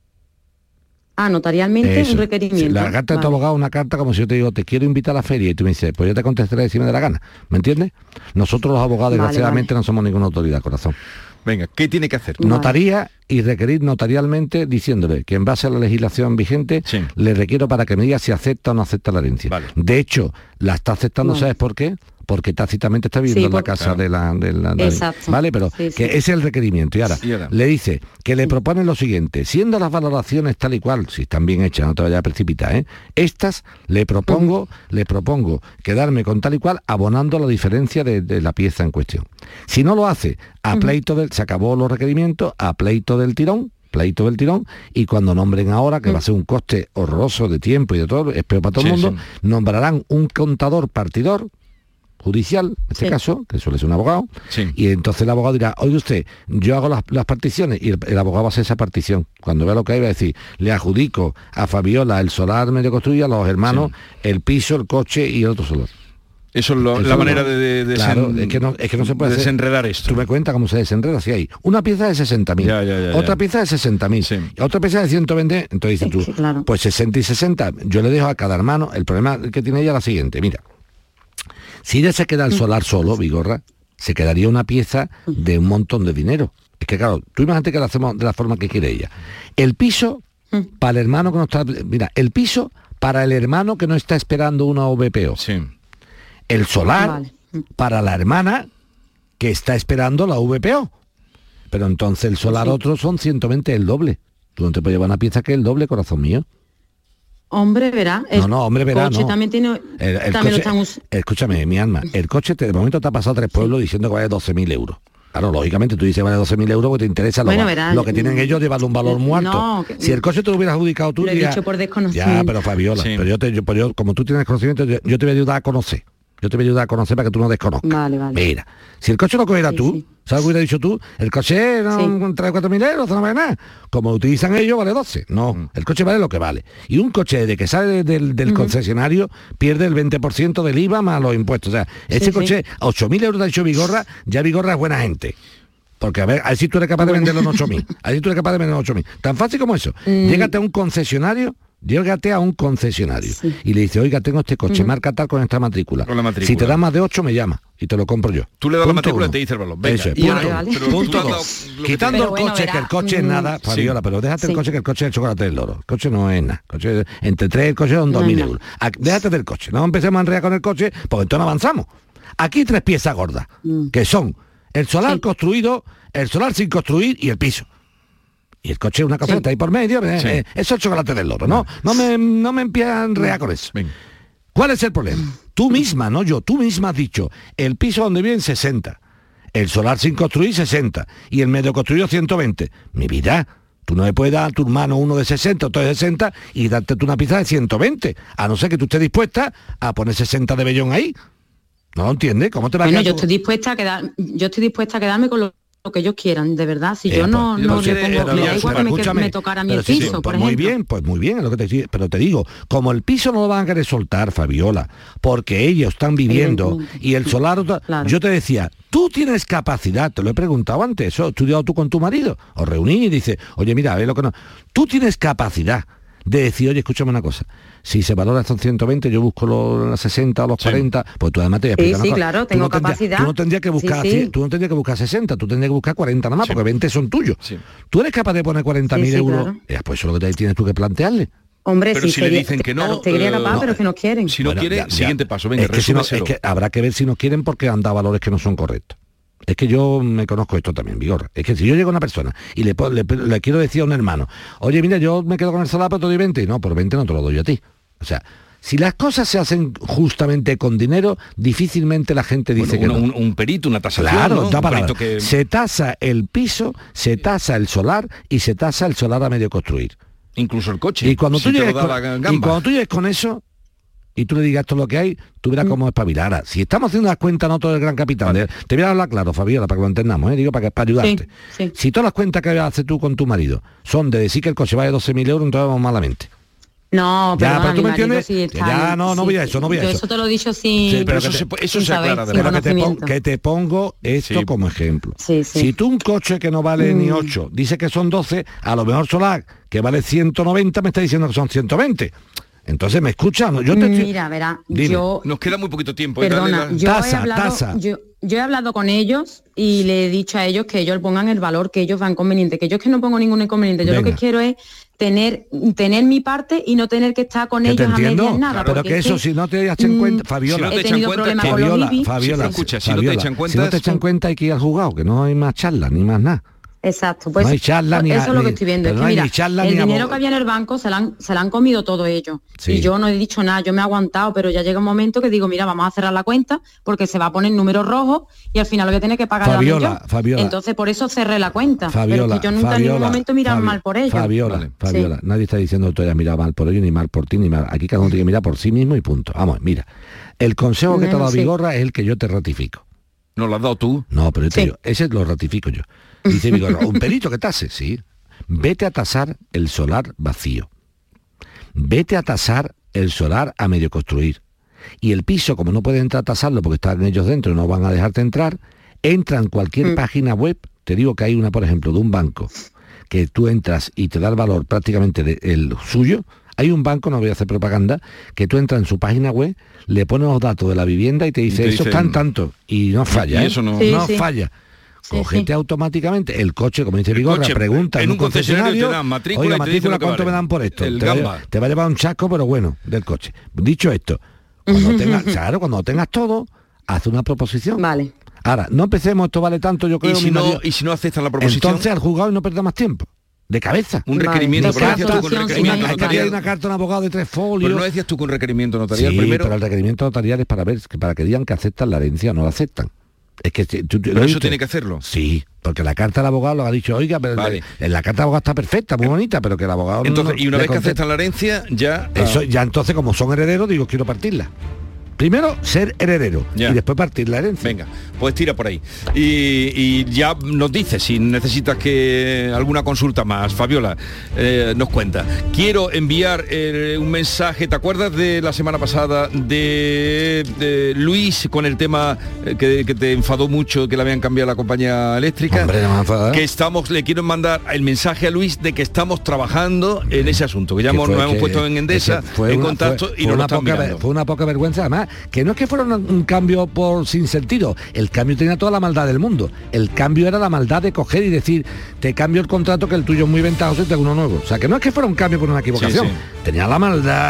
S19: Ah, notariamente
S11: Eso.
S19: un requerimiento.
S11: La carta de tu
S19: Vale.
S11: abogado es una carta como si yo te digo, te quiero invitar a la feria y tú me dices, pues yo te contestaré si me da la gana. ¿Me entiendes? Nosotros los abogados,
S10: Vale,
S11: desgraciadamente, no somos ninguna autoridad, corazón.
S10: Venga, ¿qué tiene que hacer?
S11: Notaría y requerir notarialmente diciéndole que en base a la legislación vigente le requiero para que me diga si acepta o no acepta la herencia. De hecho, la está aceptando,
S19: Vale.
S11: ¿sabes por qué? Porque tácitamente está viviendo
S19: Sí,
S11: en la
S19: por-
S11: casa
S19: claro.
S11: de la... De la de-
S19: Exacto.
S11: ¿Vale? Pero
S19: Sí, sí.
S11: que ese es el requerimiento. Y ahora,
S10: Y ahora.
S11: le dice que le propone lo siguiente, siendo las valoraciones tal y cual, si están bien hechas, no te vayas a precipitar, ¿eh? Estas le propongo, le propongo quedarme con tal y cual abonando la diferencia de, de la pieza en cuestión. Si no lo hace, a
S19: Ujú.
S11: pleito del, se acabó los requerimientos, a pleito del tirón, pleito del tirón, y cuando nombren ahora, que va a ser un coste horroroso de tiempo y de todo, es peor para todo el
S10: Sí,
S11: mundo, nombrarán un contador partidor judicial, en este
S10: Sí.
S11: caso, que suele ser un abogado,
S10: Sí.
S11: y entonces el abogado dirá, oye usted, yo hago las, las particiones, y el, el abogado va a hacer esa partición. Cuando vea lo que hay, va a decir, le adjudico a Fabiola el solar medio construido, a los hermanos, el piso, el coche y el otro solar.
S10: Eso es lo-
S11: Eso
S10: la
S11: es
S10: manera
S11: lo-
S10: de, de
S11: claro,
S10: desen-
S11: es que no, es que no se puede
S10: de
S11: hacer-
S10: desenredar esto.
S11: Tú me cuentas cómo se desenreda, si hay una pieza de sesenta mil,
S10: Ya, ya, ya,
S11: otra
S10: ya.
S11: pieza de sesenta mil, otra pieza de ciento veinte, entonces dices tú, pues sesenta y sesenta, yo le dejo a cada hermano, el problema que tiene ella es la siguiente, mira, si ella se queda el solar solo, Vigorra, se quedaría una pieza de un montón de dinero. Es que claro, tú imagínate que lo hacemos de la forma que quiere ella. El piso, para el hermano que no está, mira, el piso para el hermano que no está esperando una V P O. El solar
S19: Vale.
S11: para la hermana que está esperando la V P O. Pero entonces el solar
S19: Sí.
S11: otro son ciento veinte, el doble. Tú no te puedes llevar una pieza que es el doble, corazón mío.
S19: Hombre, verá. El
S11: No, no, hombre, verá,
S19: coche
S11: no.
S19: también tiene.
S11: El, el
S19: también lo
S11: coche-
S19: están us-
S11: escúchame, mi alma, el coche te- de momento te ha pasado tres pueblos diciendo que vale doce mil euros. Claro, lógicamente tú dices vale doce mil euros porque te interesa lo,
S19: Bueno,
S11: va-
S19: verás,
S11: lo que tienen ellos de un valor muerto.
S19: no, que-
S11: si el coche te lo hubieras adjudicado tú,
S19: Lo he
S11: dirías,
S19: dicho por desconocimiento.
S11: ya, pero Fabiola,
S10: Sí.
S11: pero yo, te, yo, pues yo- como tú tienes conocimiento, yo, yo te voy a ayudar a conocer. Yo te voy a ayudar a conocer para que tú no desconozcas.
S19: Vale, vale.
S11: Mira, si el coche lo cogiera tú, ¿sabes lo que hubiera dicho tú? El coche no trae cuatro mil euros, no vale nada. Como lo utilizan ellos, vale doce. No, el coche vale lo que vale. Y un coche desde que sale del, del concesionario pierde el veinte por ciento del I V A más los impuestos. O sea, ese
S19: Sí,
S11: coche,
S19: sí.
S11: a ocho mil euros te ha dicho Vigorra, ya Vigorra es buena gente. Porque a ver, a ver si tú eres capaz de venderlo en ocho mil. A ver si tú eres capaz de venderlo en ocho mil. Tan fácil como eso.
S19: Mm.
S11: Llégate a un concesionario, llégate a un concesionario y le dice, oiga, tengo este coche,
S10: Ujú.
S11: marca tal con esta matrícula.
S10: Con la matrícula.
S11: Si te da más de ocho, me llama y te lo compro yo.
S10: Tú le das la
S11: Punto
S10: matrícula y
S11: uno.
S10: te dice el valor. Venga,
S11: Eso es,
S10: y
S11: punto,
S10: ahora-
S11: uno.
S10: pero tú
S11: Punto
S10: has
S11: dos.
S10: dado lo que
S11: Quitando
S10: te-
S11: el
S19: Pero bueno,
S11: coche, que
S19: verá,
S11: el coche es
S19: mm,
S11: nada,
S10: Sí.
S11: Fabiola, pero déjate
S19: Sí.
S11: el coche, que el coche es el chocolate del loro. El coche no es nada. El coche, entre tres el coche son dos
S19: No es
S11: mil
S19: nada.
S11: euros. A- Déjate del coche, no empecemos a enredar con el coche, porque entonces no avanzamos. Aquí hay tres piezas gordas,
S19: Mm.
S11: que son el solar construido, el solar sin construir y el piso. Y el coche es una cosa que está ahí por medio, eh,
S10: Sí.
S11: eh, eso es el chocolate del loro, ¿no? No me, no me empieces a enredar con eso.
S10: Venga.
S11: ¿Cuál es el problema? Tú misma, no yo, tú misma has dicho, el piso donde viven sesenta, el solar sin construir sesenta y el medio construido ciento veinte. Mi vida, tú no le puedes dar a tu hermano uno de sesenta, otro de sesenta y darte tú una pizza de ciento veinte, a no ser que tú estés dispuesta a poner sesenta de vellón ahí. ¿No lo entiendes? ¿Cómo te va
S19: bueno,
S11: a quedar?
S19: yo estoy dispuesta a quedar, yo estoy dispuesta a quedarme con lo, lo que ellos quieran, de verdad. Si
S11: Eh,
S19: yo no,
S11: pues,
S19: no
S11: pues,
S19: le
S11: eh,
S19: pongo,
S11: pero
S19: me
S11: no,
S19: da igual que me, que
S11: escúchame,
S19: me tocara a mí el
S11: pero sí,
S19: piso,
S11: sí,
S19: por
S11: pues muy
S19: ejemplo.
S11: bien, pues muy bien, es lo que te digo. Pero te digo, como el piso no lo van a querer soltar, Fabiola, porque ellos están viviendo y el solar... Claro. Yo te decía, tú tienes capacidad, te lo he preguntado antes, eso, estudiado tú con tu marido, os reunís y dices, oye, mira, a ver lo que no... Tú tienes capacidad de decir, oye, escúchame una cosa, si se valora son ciento veinte, yo busco los, los sesenta o los sí. cuarenta, pues tú además te voy a explicar
S19: sí, sí,
S11: una cosa.
S19: claro,
S11: Tú
S19: tengo
S11: no tendrías,
S19: capacidad.
S11: Tú no tendrías que buscar
S19: sí, sí.
S11: tú no tendrías que buscar sesenta, tú tendrías que buscar cuarenta nada más, sí. porque veinte son tuyos. Sí. Tú eres capaz de poner cuarenta mil sí, sí, euros, claro. eh, pues eso es lo que te, tienes tú que plantearle.
S19: Hombre,
S10: pero
S19: sí,
S10: si
S19: sería,
S10: le dicen que no,
S19: claro, sería capaz,
S10: no,
S19: pero es que no quieren.
S10: Si no
S11: bueno,
S10: quieren,
S11: ya, ya.
S10: siguiente paso, venga,
S11: es que, si no, es
S10: resúmeselo.
S11: que habrá que ver si no quieren porque han dado valores que no son correctos. Es que yo me conozco esto también, Vigorra. Es que si yo llego a una persona y le, le, le quiero decir a un hermano, oye, mira, yo me quedo con el solar, pero te doy veinte, y no, por veinte no te lo doy a ti. O sea, si las cosas se hacen justamente con dinero, difícilmente la gente dice
S10: bueno,
S11: que
S10: un,
S11: no.
S10: Un, un perito, una tasación,
S11: claro,
S10: ¿no?
S11: da
S10: Un perito
S11: que...
S10: que...
S11: Se tasa el piso, se tasa el solar y se tasa el solar a medio construir.
S10: Incluso el coche.
S11: Y cuando,
S10: si
S11: tú, llegues con, y cuando tú llegues con eso y tú le digas todo lo que hay, tú verás cómo espabilar. Ahora, si estamos haciendo las cuentas no todo el gran capital, vale. te voy a hablar claro, Fabiola, para que lo entendamos, ¿eh? digo para, que, para ayudarte. Sí, sí. Si todas las cuentas que haces tú con tu marido son de decir que el coche vale doce mil euros, entonces vamos malamente.
S19: No,
S11: ya,
S19: perdona,
S11: pero tú me
S19: marido,
S11: entiendes.
S19: Sí, está,
S11: ya, no, no
S19: sí,
S11: voy a eso, no voy a
S19: yo
S11: eso.
S19: Eso te lo he dicho sin.
S11: Sí, pero
S10: eso
S11: te,
S10: se, eso se
S19: saber,
S10: aclara.
S11: Pero que te, pon, que te pongo esto sí. como ejemplo.
S19: Sí, sí.
S11: Si tú un coche que no vale mm. ni ocho, dice que son doce, a lo mejor solar, que vale ciento noventa, me está diciendo que son ciento veinte. Entonces, ¿me escuchas? No, yo te estoy...
S19: Mira, verá, Dime. yo...
S10: Nos queda muy poquito tiempo.
S19: Perdona,
S10: la...
S19: yo,
S11: tasa,
S19: he hablado,
S11: tasa.
S19: Yo, yo he hablado con ellos y le he dicho a ellos que ellos pongan el valor que ellos vean conveniente, que yo es que no pongo ningún inconveniente, yo Venga. lo que quiero es tener tener mi parte y no tener que estar con ellos a medias nada.
S11: Claro, pero que eso, si no te echan cuenta, Fabiola,
S10: si no te
S19: he tenido problemas con los I B I.
S11: Fabiola,
S10: si, escucha, si
S11: Fabiola,
S10: no te echan cuenta,
S11: si no te echan cuenta hay que ir al juzgado, que no hay más charlas ni más nada.
S19: Exacto, pues
S11: no hay charla,
S19: pues
S11: ni
S19: eso
S11: a,
S19: es lo que
S11: ni,
S19: estoy viendo. Es que
S11: no
S19: mira,
S11: charla,
S19: el dinero
S11: abogado.
S19: que había en el banco se la han, se la han comido todo ellos.
S11: Sí.
S19: Y yo no he dicho nada, yo me he aguantado, pero ya llega un momento que digo, mira, vamos a cerrar la cuenta porque se va a poner números rojos y al final lo voy a tener que pagar
S11: Fabiola,
S19: la
S11: Fabiola.
S19: Entonces por eso cerré la cuenta.
S11: Fabiola,
S19: pero que yo nunca
S11: Fabiola,
S19: en ningún momento he mirado
S11: Fabi,
S19: mal por ellos.
S11: Fabiola,
S19: vale.
S11: Fabiola, sí. Nadie está diciendo que tú hayas mirado mal por ellos, ni mal por ti, ni mal. Aquí cada uno tiene que mirar por sí mismo y punto. Vamos, mira. El consejo que no, te ha dado sí. Vigorra es el que yo te ratifico.
S10: ¿No lo has dado tú?
S11: No, pero sí. digo, ese lo ratifico yo. Dice Vigorra, un perito que tase, sí. Vete a tasar el solar vacío. Vete a tasar el solar a medio construir. Y el piso, como no pueden entrar a tasarlo porque están ellos dentro y no van a dejarte entrar, entra en cualquier mm. página web. Te digo que hay una, por ejemplo, de un banco, que tú entras y te da el valor prácticamente del suyo. Hay un banco, no voy a hacer propaganda, que tú entras en su página web, le pones los datos de la vivienda y te dice, y te eso está en tanto. Y no falla, y eso no, ¿eh? no sí, falla. Sí, Cogete sí. automáticamente el coche, como dice Vigorra, pregunta
S10: en un concesionario, concesionario te dan matrícula,
S11: oiga, matrícula, ¿cuánto vale? me dan por esto? Te va, te va a llevar un chasco, pero bueno, del coche. Dicho esto, cuando tengas, claro, cuando tengas todo, haz una proposición.
S19: Vale.
S11: Ahora, no empecemos, esto vale tanto, yo creo.
S10: ¿Y si,
S11: mi
S10: no,
S11: marido,
S10: ¿Y si no aceptan la proposición?
S11: Entonces al juzgado y no pierda más tiempo. De cabeza.
S10: Un requerimiento,
S11: vale.
S10: pero no decías tú con requerimiento notarial.
S11: Hay una carta a un abogado de tres folios.
S10: Pero no decías tú con requerimiento notarial
S11: sí,
S10: primero.
S11: pero el requerimiento notarial es para ver, para que digan que aceptan la herencia o no la aceptan. Es que tú,
S10: pero eso tiene que hacerlo.
S11: Sí, porque la carta del abogado lo ha dicho, oiga, pero vale. en la carta del abogado está perfecta, muy bonita, pero que el abogado
S10: entonces,
S11: no,
S10: y una vez que
S11: contesta.
S10: aceptan la herencia, ya.
S11: Eso,
S10: ah.
S11: ya entonces, como son herederos, digo, quiero partirla. Primero, ser heredero ya. Y después partir la herencia.
S10: Venga, pues tira por ahí. Y, y ya nos dices si necesitas que alguna consulta más. Fabiola, eh, nos cuenta. Quiero enviar eh, un mensaje, ¿te acuerdas de la semana pasada de, de Luis con el tema que, que te enfadó mucho, que le habían cambiado la compañía eléctrica?
S11: Hombre, no me enfada, ¿eh?
S10: Que estamos, le quiero mandar el mensaje a Luis de que estamos trabajando en ese asunto, que ya hemos, nos hemos puesto en Endesa, en
S11: una,
S10: contacto
S11: fue,
S10: y nos
S11: fue
S10: lo están
S11: poca,
S10: mirando.
S11: Fue una poca vergüenza, además, que no es que fuera un, un cambio por sin sentido, el cambio tenía toda la maldad del mundo, el cambio era la maldad de coger y decir, te cambio el contrato que el tuyo es muy ventajoso y te hago uno nuevo. O sea, que no es que fuera un cambio por una equivocación, sí, sí. tenía la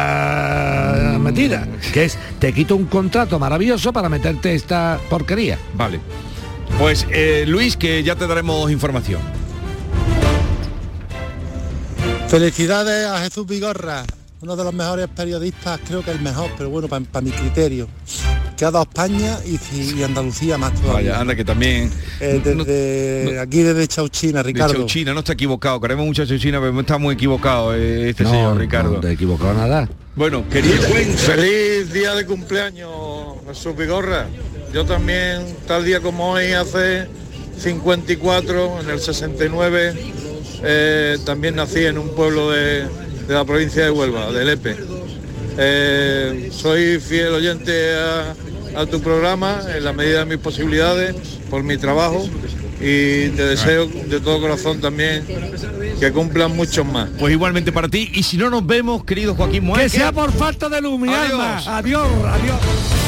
S11: maldad metida, que es, te quito un contrato maravilloso para meterte esta porquería.
S10: Vale, pues eh, Luis, que ya te daremos información.
S20: Felicidades a Jesús Vigorra uno de los mejores periodistas, creo que el mejor, pero bueno, para mi criterio, que ha dado España y, y Andalucía más todavía.
S10: Vaya, anda que también...
S20: Eh, desde, no, aquí desde Chauchina, Ricardo.
S10: De Chauchina, no está equivocado, queremos mucho a Chauchina, pero está muy equivocado eh, este
S11: no,
S10: señor Ricardo.
S11: No te he equivocado nada.
S10: Bueno, querido...
S21: Feliz día de cumpleaños, Jesús Vigorra. Yo también, tal día como hoy, hace cincuenta y cuatro, en el sesenta y nueve, eh, también nací en un pueblo de, de la provincia de Huelva, de Lepe. Eh, soy fiel oyente a, a tu programa en la medida de mis posibilidades por mi trabajo y te deseo de todo corazón también que cumplan muchos más.
S10: Pues igualmente para ti, y si no nos vemos, querido Joaquín Moeque,
S11: que sea por falta de luz, mi alma. Adiós, adiós.